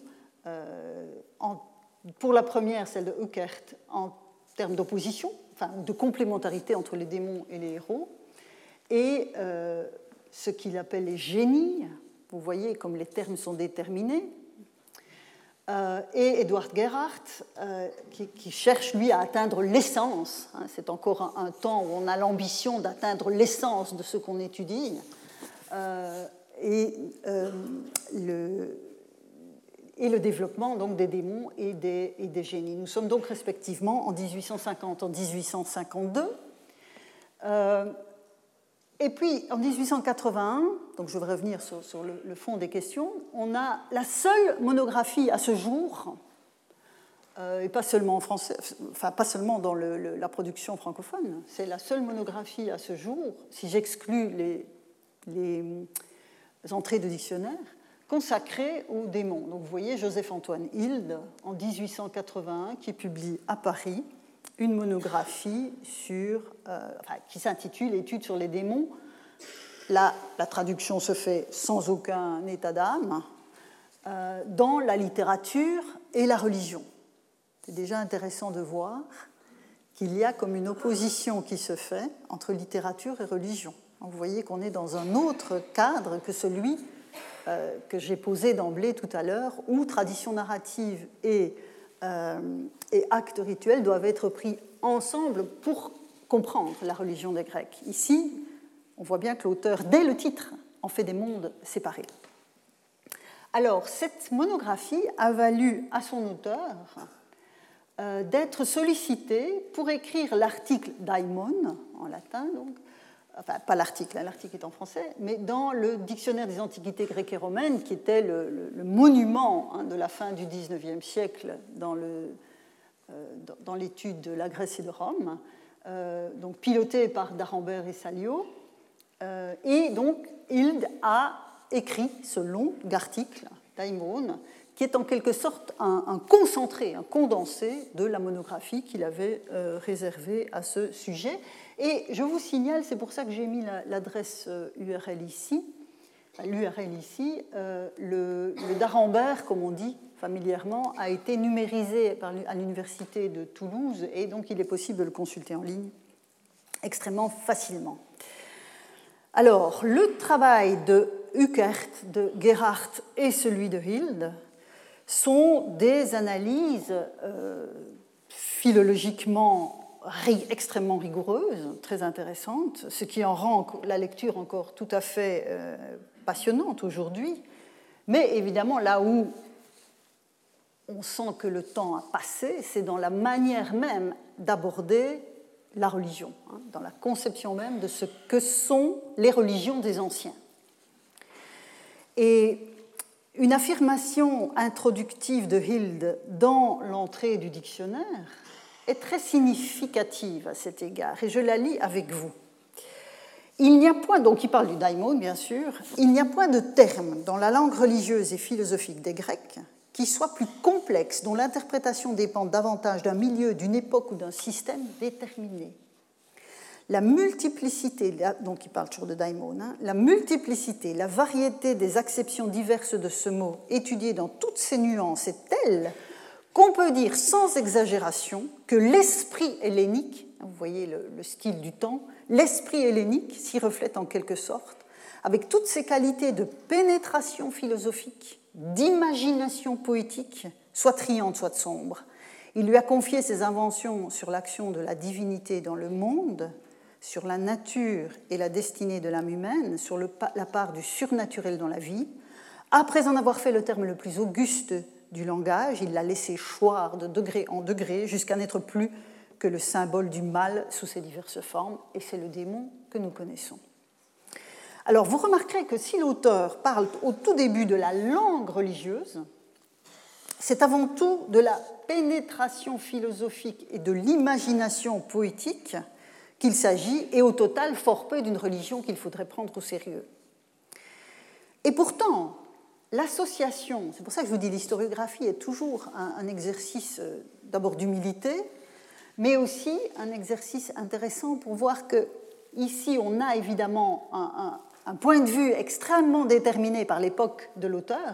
pour la première, celle de Eckert, en termes d'opposition, enfin de complémentarité entre les démons et les héros, et ce qu'il appelle les génies, vous voyez comme les termes sont déterminés, et Edward Gerhardt, qui cherche, lui, à atteindre l'essence. C'est encore un temps où on a l'ambition d'atteindre l'essence de ce qu'on étudie. Et le développement donc, des démons et des génies. Nous sommes donc respectivement en 1850, en 1852. Et puis, en 1881, donc je vais revenir sur le fond des questions, on a la seule monographie à ce jour, et pas seulement en français, enfin pas seulement dans la production francophone, c'est la seule monographie à ce jour, si j'exclus les entrées de dictionnaire, consacrée aux démons. Donc vous voyez Joseph-Antoine Hilde, en 1881, qui publie à Paris une monographie qui s'intitule « Études sur les démons ». La traduction se fait sans aucun état d'âme, dans la littérature et la religion. C'est déjà intéressant de voir qu'il y a comme une opposition qui se fait entre littérature et religion. Vous voyez qu'on est dans un autre cadre que celui que j'ai posé d'emblée tout à l'heure, où tradition narrative et actes rituels doivent être pris ensemble pour comprendre la religion des Grecs. Ici, on voit bien que l'auteur, dès le titre, en fait des mondes séparés. Alors, cette monographie a valu à son auteur d'être sollicité pour écrire l'article daimon, en latin, donc, enfin, pas l'article, l'article est en français, mais dans le dictionnaire des antiquités grecques et romaines, qui était le monument de la fin du XIXe siècle dans l'étude de la Grèce et de Rome, donc piloté par d'Arembert et Sallio. Et donc, Hilde a écrit ce long article, daimon, qui est en quelque sorte un concentré, un condensé de la monographie qu'il avait réservée à ce sujet. Et je vous signale, c'est pour ça que j'ai mis l'adresse URL ici, le d'Arembert, comme on dit familièrement, a été numérisé à l'université de Toulouse et donc il est possible de le consulter en ligne extrêmement facilement. Alors, le travail de Eckert, de Gerhardt et celui de Hilde sont des analyses philologiquement extrêmement rigoureuses, très intéressantes, ce qui en rend la lecture encore tout à fait passionnante aujourd'hui. Mais évidemment, là où on sent que le temps a passé, c'est dans la manière même d'aborder la religion, dans la conception même de ce que sont les religions des anciens. Et une affirmation introductive de Hilde dans l'entrée du dictionnaire est très significative à cet égard, et je la lis avec vous. Il n'y a point, donc il parle du daimon bien sûr, il n'y a point de terme dans la langue religieuse et philosophique des Grecs qui soit plus complexe, dont l'interprétation dépend davantage d'un milieu, d'une époque ou d'un système déterminé. La multiplicité, donc il parle toujours de daimon, la multiplicité, la variété des acceptions diverses de ce mot, étudiées dans toutes ses nuances, est telle qu'on peut dire sans exagération que l'esprit hellénique, vous voyez le style du temps, l'esprit hellénique s'y reflète en quelque sorte, avec toutes ses qualités de pénétration philosophique, d'imagination poétique, soit triante, soit sombre. Il lui a confié ses inventions sur l'action de la divinité dans le monde, sur la nature et la destinée de l'âme humaine, sur la part du surnaturel dans la vie. Après en avoir fait le terme le plus auguste du langage, il l'a laissé choir de degré en degré jusqu'à n'être plus que le symbole du mal sous ses diverses formes, et c'est le démon que nous connaissons. Alors, vous remarquerez que si l'auteur parle au tout début de la langue religieuse, c'est avant tout de la pénétration philosophique et de l'imagination poétique qu'il s'agit, et au total, fort peu d'une religion qu'il faudrait prendre au sérieux. Et pourtant, l'association, c'est pour ça que je vous dis l'historiographie est toujours un exercice d'abord d'humilité, mais aussi un exercice intéressant pour voir que ici on a évidemment un point de vue extrêmement déterminé par l'époque de l'auteur,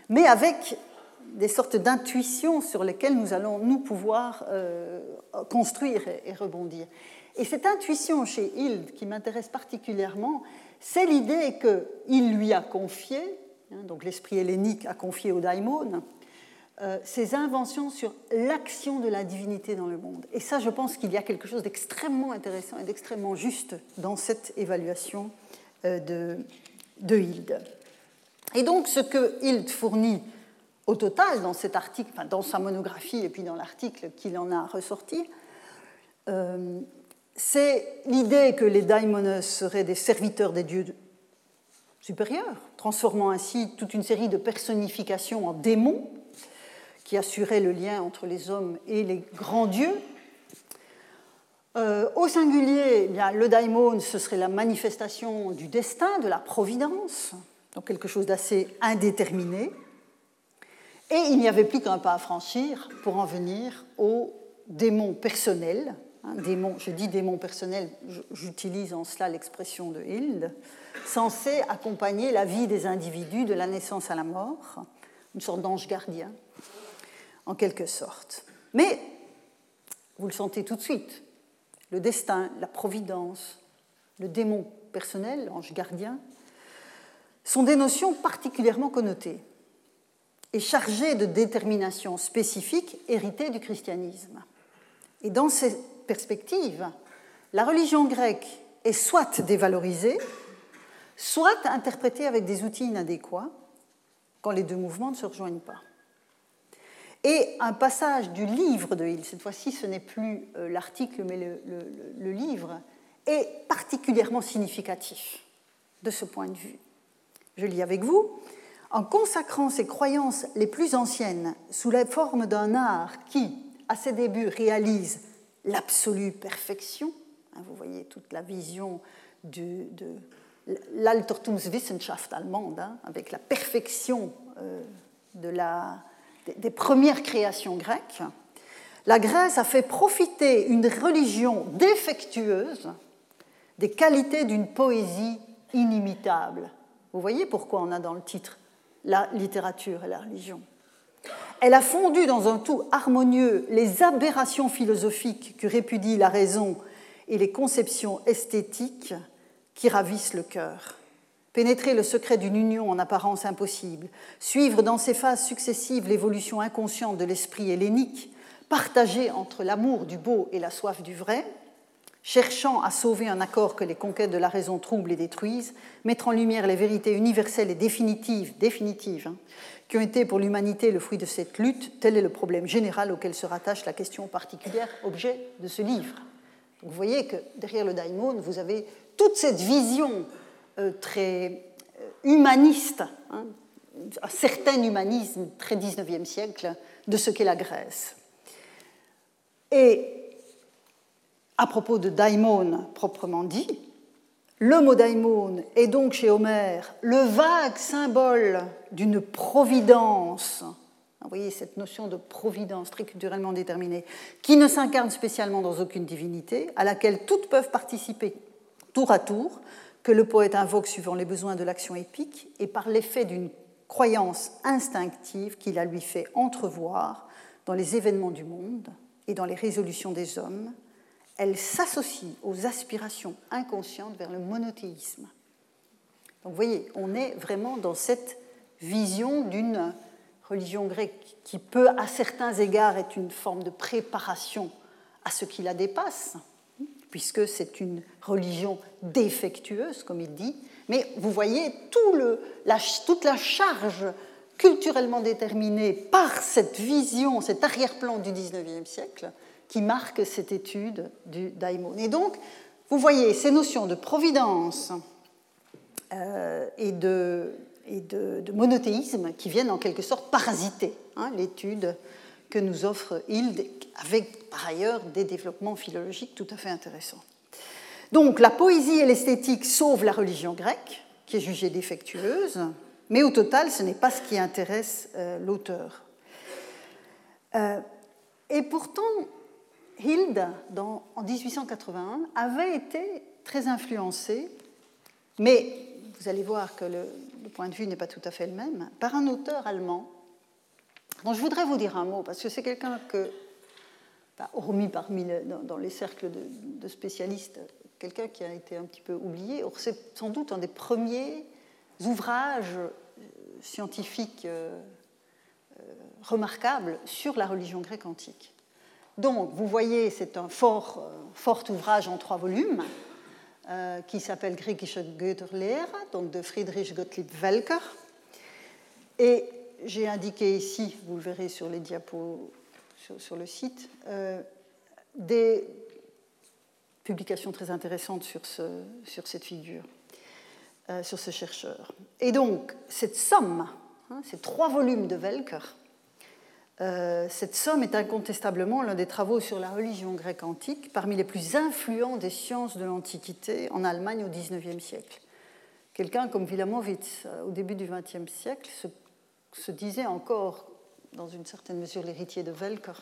mais avec des sortes d'intuitions sur lesquelles nous allons nous pouvoir construire et rebondir. Et cette intuition chez Hilde, qui m'intéresse particulièrement, c'est l'idée qu'il lui a confié, donc l'esprit hellénique a confié au daimon, ses inventions sur l'action de la divinité dans le monde. Et ça, je pense qu'il y a quelque chose d'extrêmement intéressant et d'extrêmement juste dans cette évaluation de Hilde. Et donc, ce que Hilde fournit au total dans cet article, enfin, dans sa monographie et puis dans l'article qu'il en a ressorti, c'est l'idée que les daimones seraient des serviteurs des dieux supérieurs, transformant ainsi toute une série de personnifications en démons qui assuraient le lien entre les hommes et les grands dieux. Au singulier, eh bien, le daimon, ce serait la manifestation du destin, de la providence, donc quelque chose d'assez indéterminé. Et il n'y avait plus qu'un pas à franchir pour en venir au démon personnel. Je dis démon personnel, j'utilise en cela l'expression de Hilde, censé accompagner la vie des individus de la naissance à la mort, une sorte d'ange gardien, en quelque sorte. Mais, vous le sentez tout de suite, le destin, la providence, le démon personnel, l'ange gardien, sont des notions particulièrement connotées et chargées de déterminations spécifiques héritées du christianisme. Et dans ces perspectives, la religion grecque est soit dévalorisée, soit interprétée avec des outils inadéquats quand les deux mouvements ne se rejoignent pas. Et un passage du livre de Hilde, cette fois-ci ce n'est plus l'article mais le livre, est particulièrement significatif de ce point de vue. Je lis avec vous. En consacrant ses croyances les plus anciennes sous la forme d'un art qui, à ses débuts, réalise l'absolue perfection, vous voyez toute la vision de l'Altertumswissenschaft allemande, avec la perfection des premières créations grecques, la Grèce a fait profiter une religion défectueuse des qualités d'une poésie inimitable. Vous voyez pourquoi on a dans le titre la littérature et la religion. Elle a fondu dans un tout harmonieux les aberrations philosophiques que répudie la raison et les conceptions esthétiques qui ravissent le cœur. Pénétrer le secret d'une union en apparence impossible, suivre dans ses phases successives l'évolution inconsciente de l'esprit hellénique, partager entre l'amour du beau et la soif du vrai, cherchant à sauver un accord que les conquêtes de la raison troublent et détruisent, mettre en lumière les vérités universelles et définitives qui ont été pour l'humanité le fruit de cette lutte, tel est le problème général auquel se rattache la question particulière, objet de ce livre. Donc vous voyez que derrière le daimon, vous avez toute cette vision très humaniste, un certain humanisme très 19e siècle de ce qu'est la Grèce. Et à propos de daimon proprement dit, le mot daimon est donc chez Homère le vague symbole d'une providence, vous voyez cette notion de providence très culturellement déterminée, qui ne s'incarne spécialement dans aucune divinité, à laquelle toutes peuvent participer tour à tour, que le poète invoque suivant les besoins de l'action épique et par l'effet d'une croyance instinctive qu'il a lui fait entrevoir dans les événements du monde et dans les résolutions des hommes. Elle s'associe aux aspirations inconscientes vers le monothéisme. Donc vous voyez, on est vraiment dans cette vision d'une religion grecque qui peut, à certains égards, être une forme de préparation à ce qui la dépasse, puisque c'est une religion défectueuse, comme il dit, mais vous voyez toute la charge culturellement déterminée par cette vision, cet arrière-plan du XIXe siècle, qui marque cette étude du daimon. Et donc, vous voyez ces notions de providence et de monothéisme qui viennent en quelque sorte parasiter l'étude que nous offre Hilde, avec par ailleurs des développements philologiques tout à fait intéressants. Donc la poésie et l'esthétique sauvent la religion grecque, qui est jugée défectueuse, mais au total, ce n'est pas ce qui intéresse l'auteur. Et pourtant, Hilde, en 1881, avait été très influencée, mais vous allez voir que le point de vue n'est pas tout à fait le même, par un auteur allemand dont je voudrais vous dire un mot, parce que c'est quelqu'un que, hormis dans les cercles de spécialistes, quelqu'un qui a été un petit peu oublié. Or, c'est sans doute un des premiers ouvrages scientifiques remarquables sur la religion grecque antique. Donc, vous voyez, c'est un fort ouvrage en 3 volumes qui s'appelle Griechische Götterlehre, donc de Friedrich Gottlieb Welcker. Et j'ai indiqué ici, vous le verrez sur les diapos sur le site, des publications très intéressantes sur cette figure, sur ce chercheur. Et donc, cette somme, ces 3 volumes de Welcker, cette somme est incontestablement l'un des travaux sur la religion grecque antique parmi les plus influents des sciences de l'Antiquité en Allemagne au XIXe siècle. Quelqu'un comme Wilamowitz, au début du XXe siècle, se disait encore, dans une certaine mesure, l'héritier de Welcker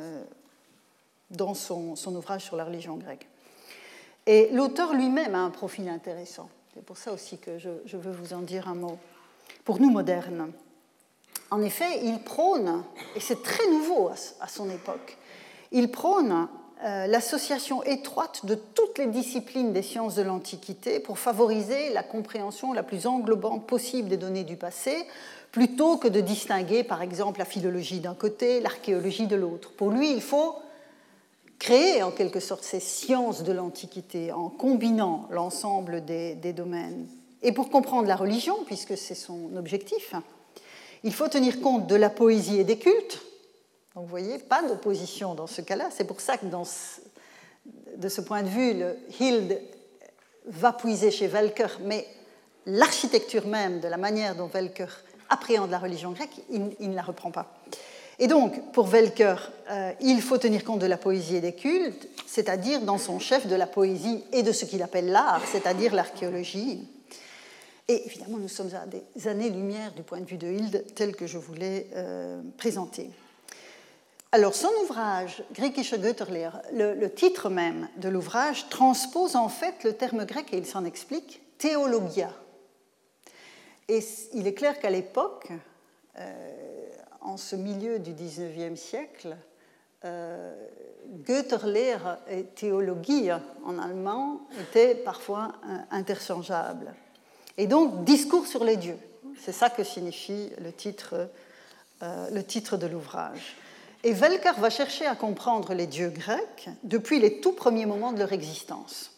dans son ouvrage sur la religion grecque. Et l'auteur lui-même a un profil intéressant. C'est pour ça aussi que je veux vous en dire un mot. Pour nous modernes, en effet, il prône, et c'est très nouveau à son époque, il prône l'association étroite de toutes les disciplines des sciences de l'Antiquité pour favoriser la compréhension la plus englobante possible des données du passé, plutôt que de distinguer, par exemple, la philologie d'un côté, l'archéologie de l'autre. Pour lui, il faut créer en quelque sorte ces sciences de l'Antiquité en combinant l'ensemble des domaines. Et pour comprendre la religion, puisque c'est son objectif, il faut tenir compte de la poésie et des cultes. Donc vous voyez, pas d'opposition dans ce cas-là. C'est pour ça que de ce point de vue, Hilde va puiser chez Welcker, mais l'architecture même de la manière dont Welcker appréhende la religion grecque, il ne la reprend pas. Et donc, pour Welcker, il faut tenir compte de la poésie et des cultes, c'est-à-dire dans son chef de la poésie et de ce qu'il appelle l'art, c'est-à-dire l'archéologie. Et évidemment, nous sommes à des années-lumière du point de vue de Hilde, tel que je vous l'ai présenté. Alors, son ouvrage, Griechische Götterlehre, le titre même de l'ouvrage, transpose en fait le terme grec, et il s'en explique, théologia. Et il est clair qu'à l'époque, en ce milieu du XIXe siècle, Götterlehre et Theologie en allemand étaient parfois interchangeables. Et donc, discours sur les dieux, c'est ça que signifie le titre de l'ouvrage. Et Welcker va chercher à comprendre les dieux grecs depuis les tout premiers moments de leur existence.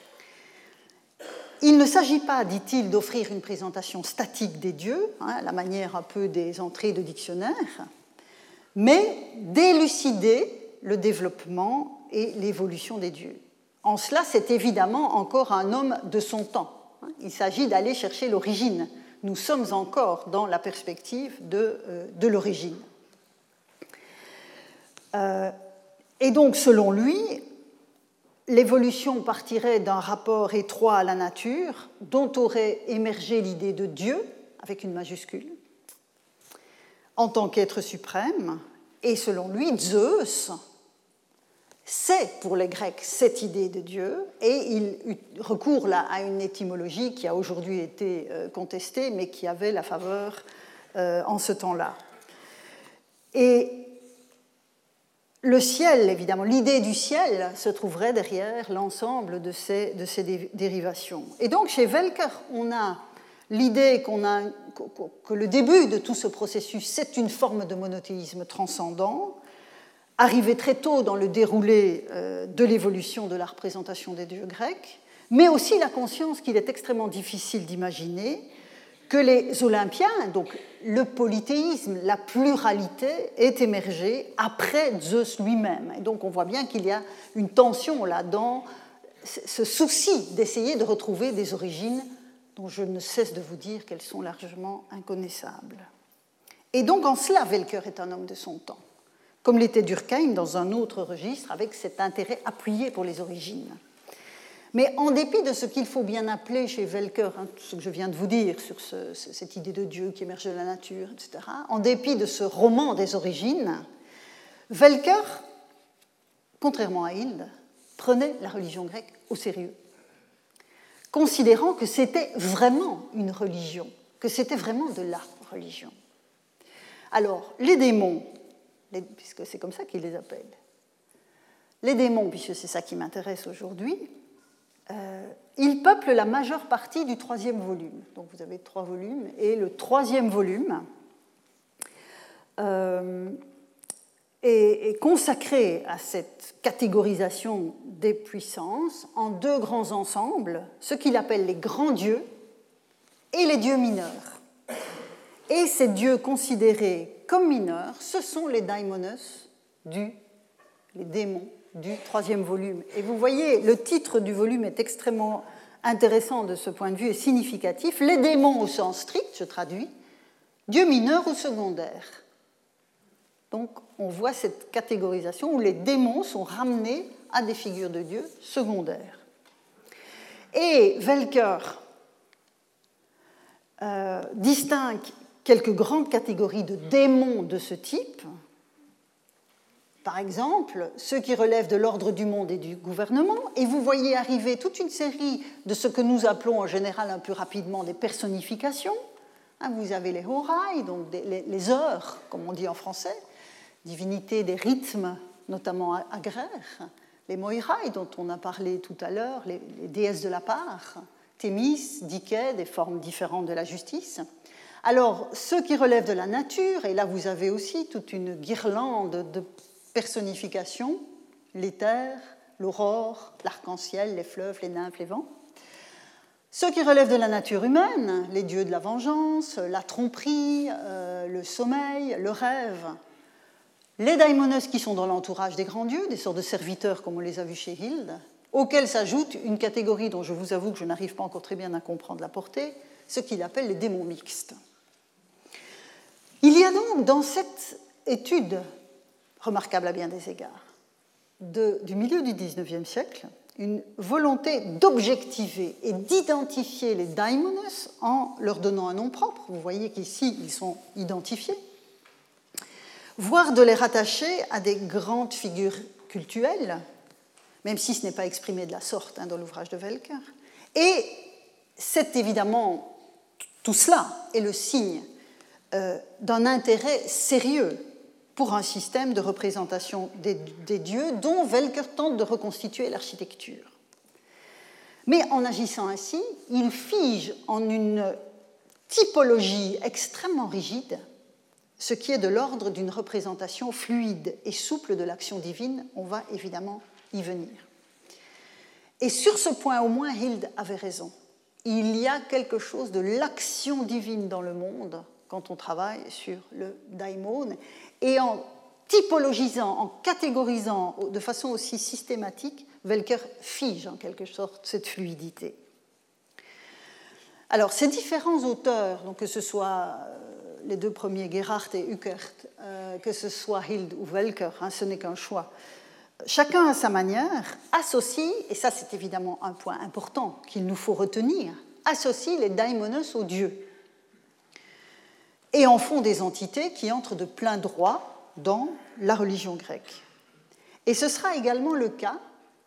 Il ne s'agit pas, dit-il, d'offrir une présentation statique des dieux, à la manière un peu des entrées de dictionnaire, mais d'élucider le développement et l'évolution des dieux. En cela, c'est évidemment encore un homme de son temps. Il s'agit d'aller chercher l'origine. Nous sommes encore dans la perspective de l'origine. Et donc, selon lui, l'évolution partirait d'un rapport étroit à la nature, dont aurait émergé l'idée de Dieu, avec une majuscule, en tant qu'être suprême. Et selon lui, Zeus, c'est pour les Grecs cette idée de Dieu, et il recourt là à une étymologie qui a aujourd'hui été contestée, mais qui avait la faveur en ce temps-là. Et le ciel, évidemment, l'idée du ciel se trouverait derrière l'ensemble de ces dérivations. Et donc, chez Welcker, on a l'idée que le début de tout ce processus, c'est une forme de monothéisme transcendant, arrivé très tôt dans le déroulé de l'évolution de la représentation des dieux grecs, mais aussi la conscience qu'il est extrêmement difficile d'imaginer que les Olympiens, donc le polythéisme, la pluralité, est émergée après Zeus lui-même. Et donc on voit bien qu'il y a une tension là dans ce souci d'essayer de retrouver des origines dont je ne cesse de vous dire qu'elles sont largement inconnaissables. Et donc en cela, Welcker est un homme de son temps, comme l'était Durkheim dans un autre registre, avec cet intérêt appuyé pour les origines. Mais en dépit de ce qu'il faut bien appeler chez Welcker, ce que je viens de vous dire sur cette idée de Dieu qui émerge de la nature, etc., en dépit de ce roman des origines, Welcker, contrairement à Hilde, prenait la religion grecque au sérieux, considérant que c'était vraiment une religion que c'était vraiment de la religion. Alors, les démons, puisque c'est comme ça qu'ils les appellent, les démons, puisque c'est ça qui m'intéresse aujourd'hui, ils peuplent la majeure partie du 3e volume. Donc vous avez 3 volumes, et le 3e volume est consacré à cette catégorisation des puissances en 2 grands ensembles, ce qu'il appelle les grands dieux et les dieux mineurs. Et ces dieux considérés comme mineurs, ce sont les daimonos, les démons du 3e volume. Et vous voyez, le titre du volume est extrêmement intéressant de ce point de vue et significatif. Les démons au sens strict, je traduis, dieux mineurs ou secondaires. Donc on voit cette catégorisation où les démons sont ramenés à des figures de dieux secondaires. Et Welcker distingue quelques grandes catégories de démons de ce type. Par exemple, ceux qui relèvent de l'ordre du monde et du gouvernement, et vous voyez arriver toute une série de ce que nous appelons en général un peu rapidement des personnifications. Vous avez les horai, donc les heures, comme on dit en français, divinités des rythmes, notamment agraires, les moirai, dont on a parlé tout à l'heure, les déesses de la part, Thémis, Dike, des formes différentes de la justice. Alors, ceux qui relèvent de la nature, et là vous avez aussi toute une guirlande de personnification, l'éther, l'aurore, l'arc-en-ciel, les fleuves, les nymphes, les vents. Ceux qui relèvent de la nature humaine, les dieux de la vengeance, la tromperie, le sommeil, le rêve. Les daimonos qui sont dans l'entourage des grands dieux, des sortes de serviteurs comme on les a vus chez Hild, auxquels s'ajoute une catégorie dont je vous avoue que je n'arrive pas encore très bien à comprendre la portée, ce qu'il appelle les démons mixtes. Il y a donc dans cette étude remarquable à bien des égards, du milieu du XIXe siècle, une volonté d'objectiver et d'identifier les daimonos en leur donnant un nom propre. Vous voyez qu'ici, ils sont identifiés, voire de les rattacher à des grandes figures cultuelles, même si ce n'est pas exprimé de la sorte dans l'ouvrage de Welcker. Et c'est évidemment, tout cela est le signe d'un intérêt sérieux pour un système de représentation des dieux dont Welcker tente de reconstituer l'architecture. Mais en agissant ainsi, il fige en une typologie extrêmement rigide ce qui est de l'ordre d'une représentation fluide et souple de l'action divine. On va évidemment y venir. Et sur ce point, au moins, Hild avait raison. Il y a quelque chose de l'action divine dans le monde quand on travaille sur le daimon. Et en typologisant, en catégorisant de façon aussi systématique, Welcker fige en quelque sorte cette fluidité. Alors, ces différents auteurs, donc que ce soit les 2 premiers, Gerhardt et Uckert, que ce soit Hild ou Welcker, ce n'est qu'un choix, chacun à sa manière associe, et ça c'est évidemment un point important qu'il nous faut retenir, associe les daimonos aux dieux et en font des entités qui entrent de plein droit dans la religion grecque. Et ce sera également le cas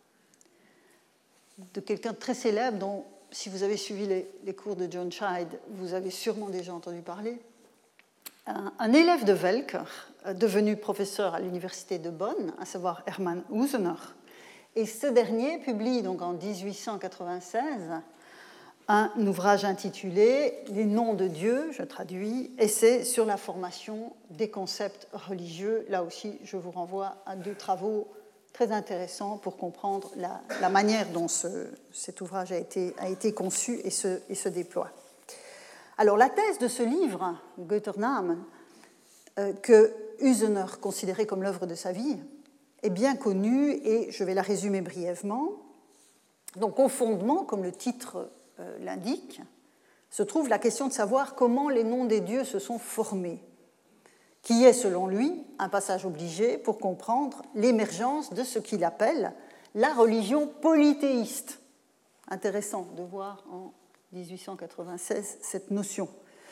de quelqu'un de très célèbre dont, si vous avez suivi les cours de John Child, vous avez sûrement déjà entendu parler, un élève de Welcker, devenu professeur à l'université de Bonn, à savoir Hermann Usener, et ce dernier publie donc en 1896 un ouvrage intitulé « Les noms de Dieu », je traduis, essai sur la formation des concepts religieux. Là aussi, je vous renvoie à 2 travaux très intéressants pour comprendre la manière dont cet ouvrage a été conçu et se déploie. Alors, la thèse de ce livre, Götternamen, que Usener considérait comme l'œuvre de sa vie, est bien connue et je vais la résumer brièvement. Donc, au fondement, comme le titre l'indique, se trouve la question de savoir comment les noms des dieux se sont formés, qui est, selon lui, un passage obligé pour comprendre l'émergence de ce qu'il appelle la religion polythéiste. Intéressant de voir en 1896 cette notion.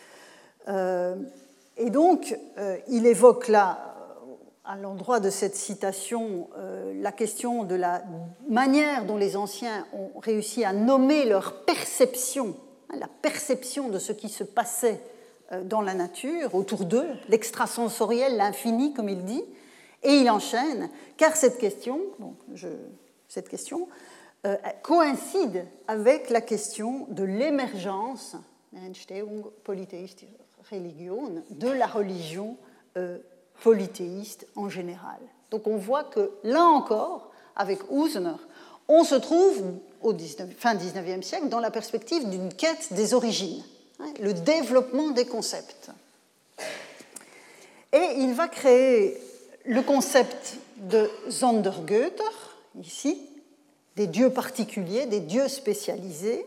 Et donc, il évoque là, à l'endroit de cette citation, la question de la manière dont les anciens ont réussi à nommer leur perception la perception de ce qui se passait dans la nature, autour d'eux, l'extrasensoriel, l'infini, comme il dit, et il enchaîne, car cette question coïncide avec la question de l'émergence, de la religion polythéiste en général. Donc on voit que, là encore, avec Husserl, on se trouve, au fin XIXe siècle, dans la perspective d'une quête des origines, le développement des concepts. Et il va créer le concept de Sondergötter, ici, des dieux particuliers, des dieux spécialisés.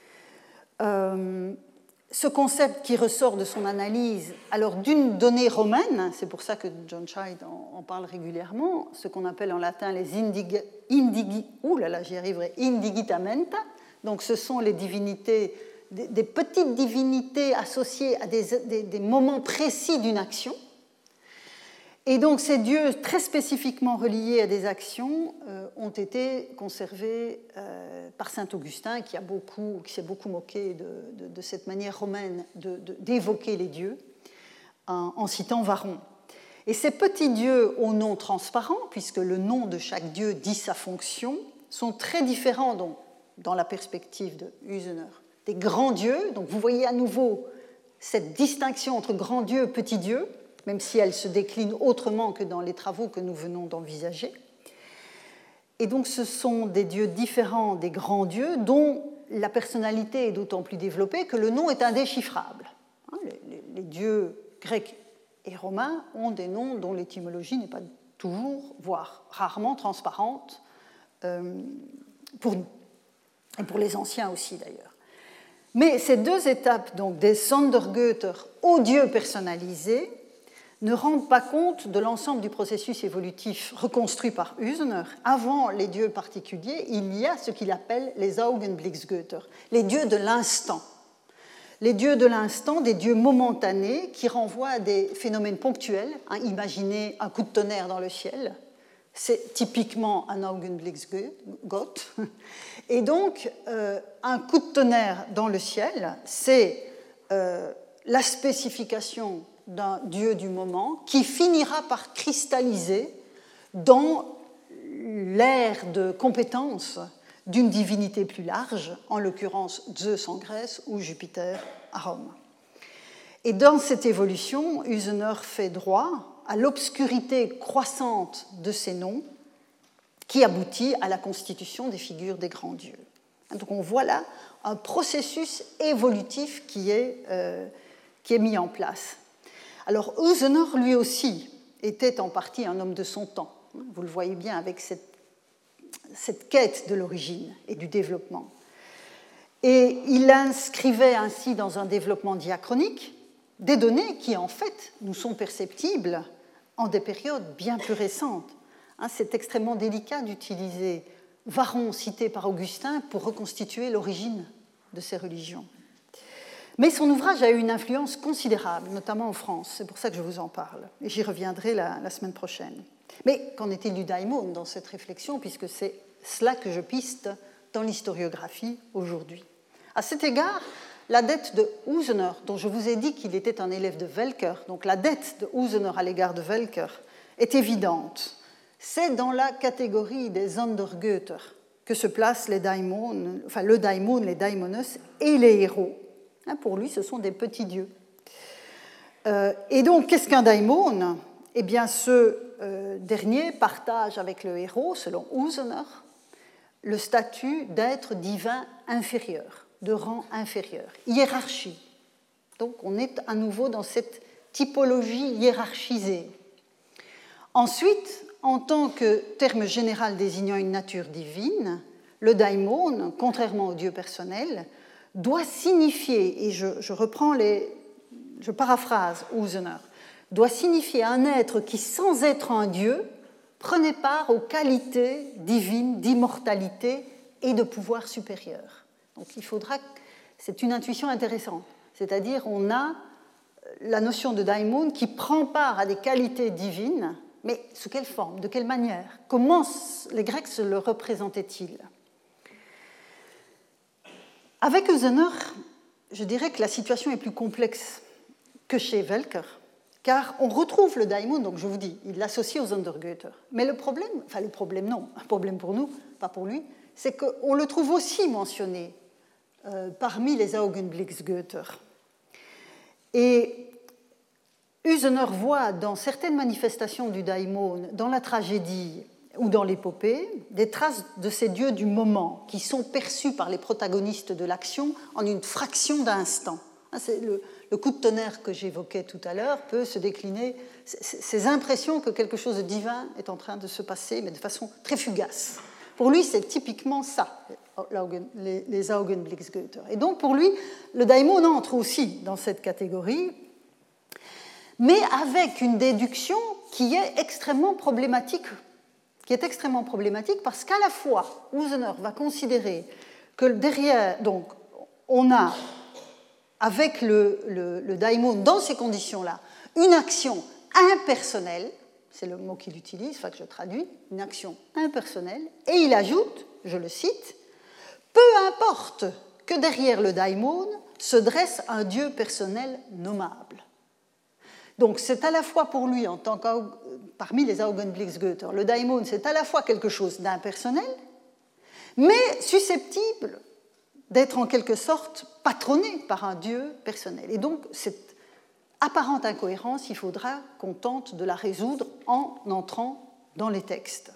Ce concept qui ressort de son analyse, alors d'une donnée romaine, c'est pour ça que John Child en parle régulièrement, ce qu'on appelle en latin les indigitamenta, donc ce sont les divinités, des petites divinités associées à des moments précis d'une action. Et donc ces dieux très spécifiquement reliés à des actions ont été conservés par saint Augustin, qui s'est beaucoup moqué de cette manière romaine d'évoquer les dieux en citant Varron. Et ces petits dieux au nom transparent, puisque le nom de chaque dieu dit sa fonction, sont très différents donc, dans la perspective de Husserl des grands dieux. Donc vous voyez à nouveau cette distinction entre grands dieux et petits dieux, même si elle se décline autrement que dans les travaux que nous venons d'envisager. Et donc ce sont des dieux différents des grands dieux, dont la personnalité est d'autant plus développée que le nom est indéchiffrable. Les dieux grecs et romains ont des noms dont l'étymologie n'est pas toujours, voire rarement transparente pour nous, et pour les anciens aussi d'ailleurs. Mais ces deux étapes, donc des Sondergötter aux dieux personnalisés, ne rendent pas compte de l'ensemble du processus évolutif reconstruit par Husserl. Avant les dieux particuliers, il y a ce qu'il appelle les Augenblicksgötter, les dieux de l'instant. Les dieux de l'instant, des dieux momentanés qui renvoient à des phénomènes ponctuels. Imaginez un coup de tonnerre dans le ciel, c'est typiquement un Augenblicksgott. Et donc, un coup de tonnerre dans le ciel, c'est la spécification d'un dieu du moment qui finira par cristalliser dans l'ère de compétence d'une divinité plus large, en l'occurrence Zeus en Grèce ou Jupiter à Rome. Et dans cette évolution, Husserl fait droit à l'obscurité croissante de ces noms qui aboutit à la constitution des figures des grands dieux. Donc on voit là un processus évolutif qui est mis en place. Alors Husserl, lui aussi, était en partie un homme de son temps. Vous le voyez bien avec cette quête de l'origine et du développement. Et il inscrivait ainsi dans un développement diachronique des données qui, en fait, nous sont perceptibles en des périodes bien plus récentes. C'est extrêmement délicat d'utiliser Varron, cité par Augustin, pour reconstituer l'origine de ces religions. Mais son ouvrage a eu une influence considérable, notamment en France. C'est pour ça que je vous en parle. Et j'y reviendrai la semaine prochaine. Mais qu'en est-il du daimon dans cette réflexion, puisque c'est cela que je piste dans l'historiographie aujourd'hui. À cet égard, la dette de Husserl, dont je vous ai dit qu'il était un élève de Welcker, donc la dette de Husserl à l'égard de Welcker, est évidente. C'est dans la catégorie des Sondergötter que se placent le daimon, les daimones et les héros. Pour lui, ce sont des petits dieux. Et donc, qu'est-ce qu'un daimon ? Eh bien, ce dernier partage avec le héros, selon Husserl, le statut d'être divin inférieur, de rang inférieur, hiérarchie. Donc, on est à nouveau dans cette typologie hiérarchisée. Ensuite, en tant que terme général désignant une nature divine, le daimon, contrairement au dieu personnel, doit signifier, et je paraphrase Husserl, doit signifier un être qui, sans être un dieu, prenait part aux qualités divines d'immortalité et de pouvoir supérieur. Donc c'est une intuition intéressante, c'est-à-dire on a la notion de daimon qui prend part à des qualités divines, mais sous quelle forme, de quelle manière ? Comment les Grecs se le représentaient-ils ? Avec Husserl, je dirais que la situation est plus complexe que chez Welcker, car on retrouve le daimon, donc je vous dis, il l'associe aux Untergötter. Mais le problème non, un problème pour nous, pas pour lui, c'est qu'on le trouve aussi mentionné parmi les Augenblicksgötter. Et Usener voit dans certaines manifestations du daimon, dans la tragédie ou dans l'épopée, des traces de ces dieux du moment qui sont perçus par les protagonistes de l'action en une fraction d'instant. C'est le coup de tonnerre que j'évoquais tout à l'heure peut se décliner, ces impressions que quelque chose de divin est en train de se passer, mais de façon très fugace. Pour lui, c'est typiquement ça, les Augenblicksgötter. Et donc, pour lui, le daimon entre aussi dans cette catégorie, mais avec une déduction qui est extrêmement problématique parce qu'à la fois, Usener va considérer que derrière, donc, on a, avec le daimon, dans ces conditions-là, une action impersonnelle, c'est le mot qu'il utilise, que je traduis, une action impersonnelle, et il ajoute, je le cite, « Peu importe que derrière le daimon se dresse un dieu personnel nommable ». Donc c'est à la fois pour lui, en tant parmi les Augenblicksgötter, le daimon, c'est à la fois quelque chose d'impersonnel, mais susceptible d'être en quelque sorte patronné par un dieu personnel. Et donc cette apparente incohérence, il faudra qu'on tente de la résoudre en entrant dans les textes.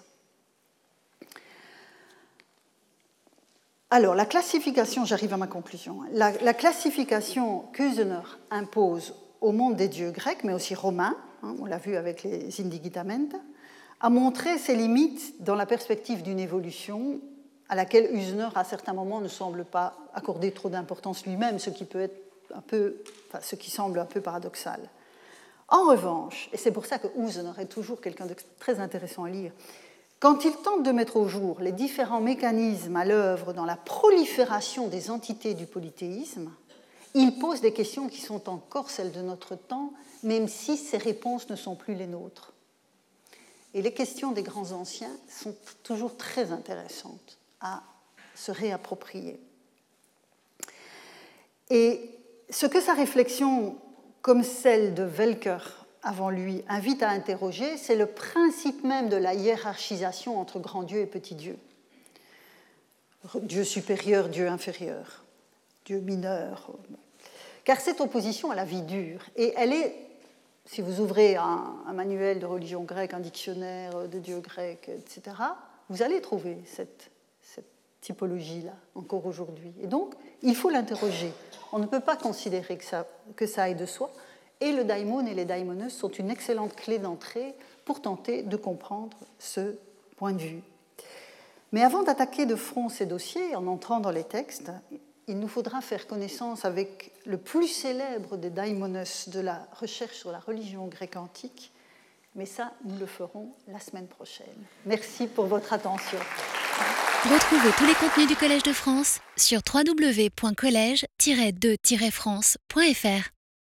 Alors, la classification, j'arrive à ma conclusion, la classification qu'Usener impose au monde des dieux grecs, mais aussi romains, on l'a vu avec les Indigitamenta, a montré ses limites dans la perspective d'une évolution à laquelle Usener, à certains moments, ne semble pas accorder trop d'importance lui-même, ce qui semble un peu paradoxal. En revanche, et c'est pour ça que Usener est toujours quelqu'un de très intéressant à lire, quand il tente de mettre au jour les différents mécanismes à l'œuvre dans la prolifération des entités du polythéisme, il pose des questions qui sont encore celles de notre temps, même si ces réponses ne sont plus les nôtres. Et les questions des grands anciens sont toujours très intéressantes à se réapproprier. Et ce que sa réflexion, comme celle de Welcker avant lui, invite à interroger, c'est le principe même de la hiérarchisation entre grand Dieu et petit Dieu. Dieu supérieur, Dieu inférieur, Dieu mineur. Car cette opposition à la vie dure, et elle est, si vous ouvrez un manuel de religion grecque, un dictionnaire de dieux grecs, etc., vous allez trouver cette typologie-là, encore aujourd'hui. Et donc, il faut l'interroger. On ne peut pas considérer que ça aille de soi, et le daimon et les daimones sont une excellente clé d'entrée pour tenter de comprendre ce point de vue. Mais avant d'attaquer de front ces dossiers, en entrant dans les textes, il nous faudra faire connaissance avec le plus célèbre des daimones de la recherche sur la religion grecque antique, mais ça, nous le ferons la semaine prochaine. Merci pour votre attention. Retrouvez tous les contenus du Collège de France sur www.collège-2-france.fr.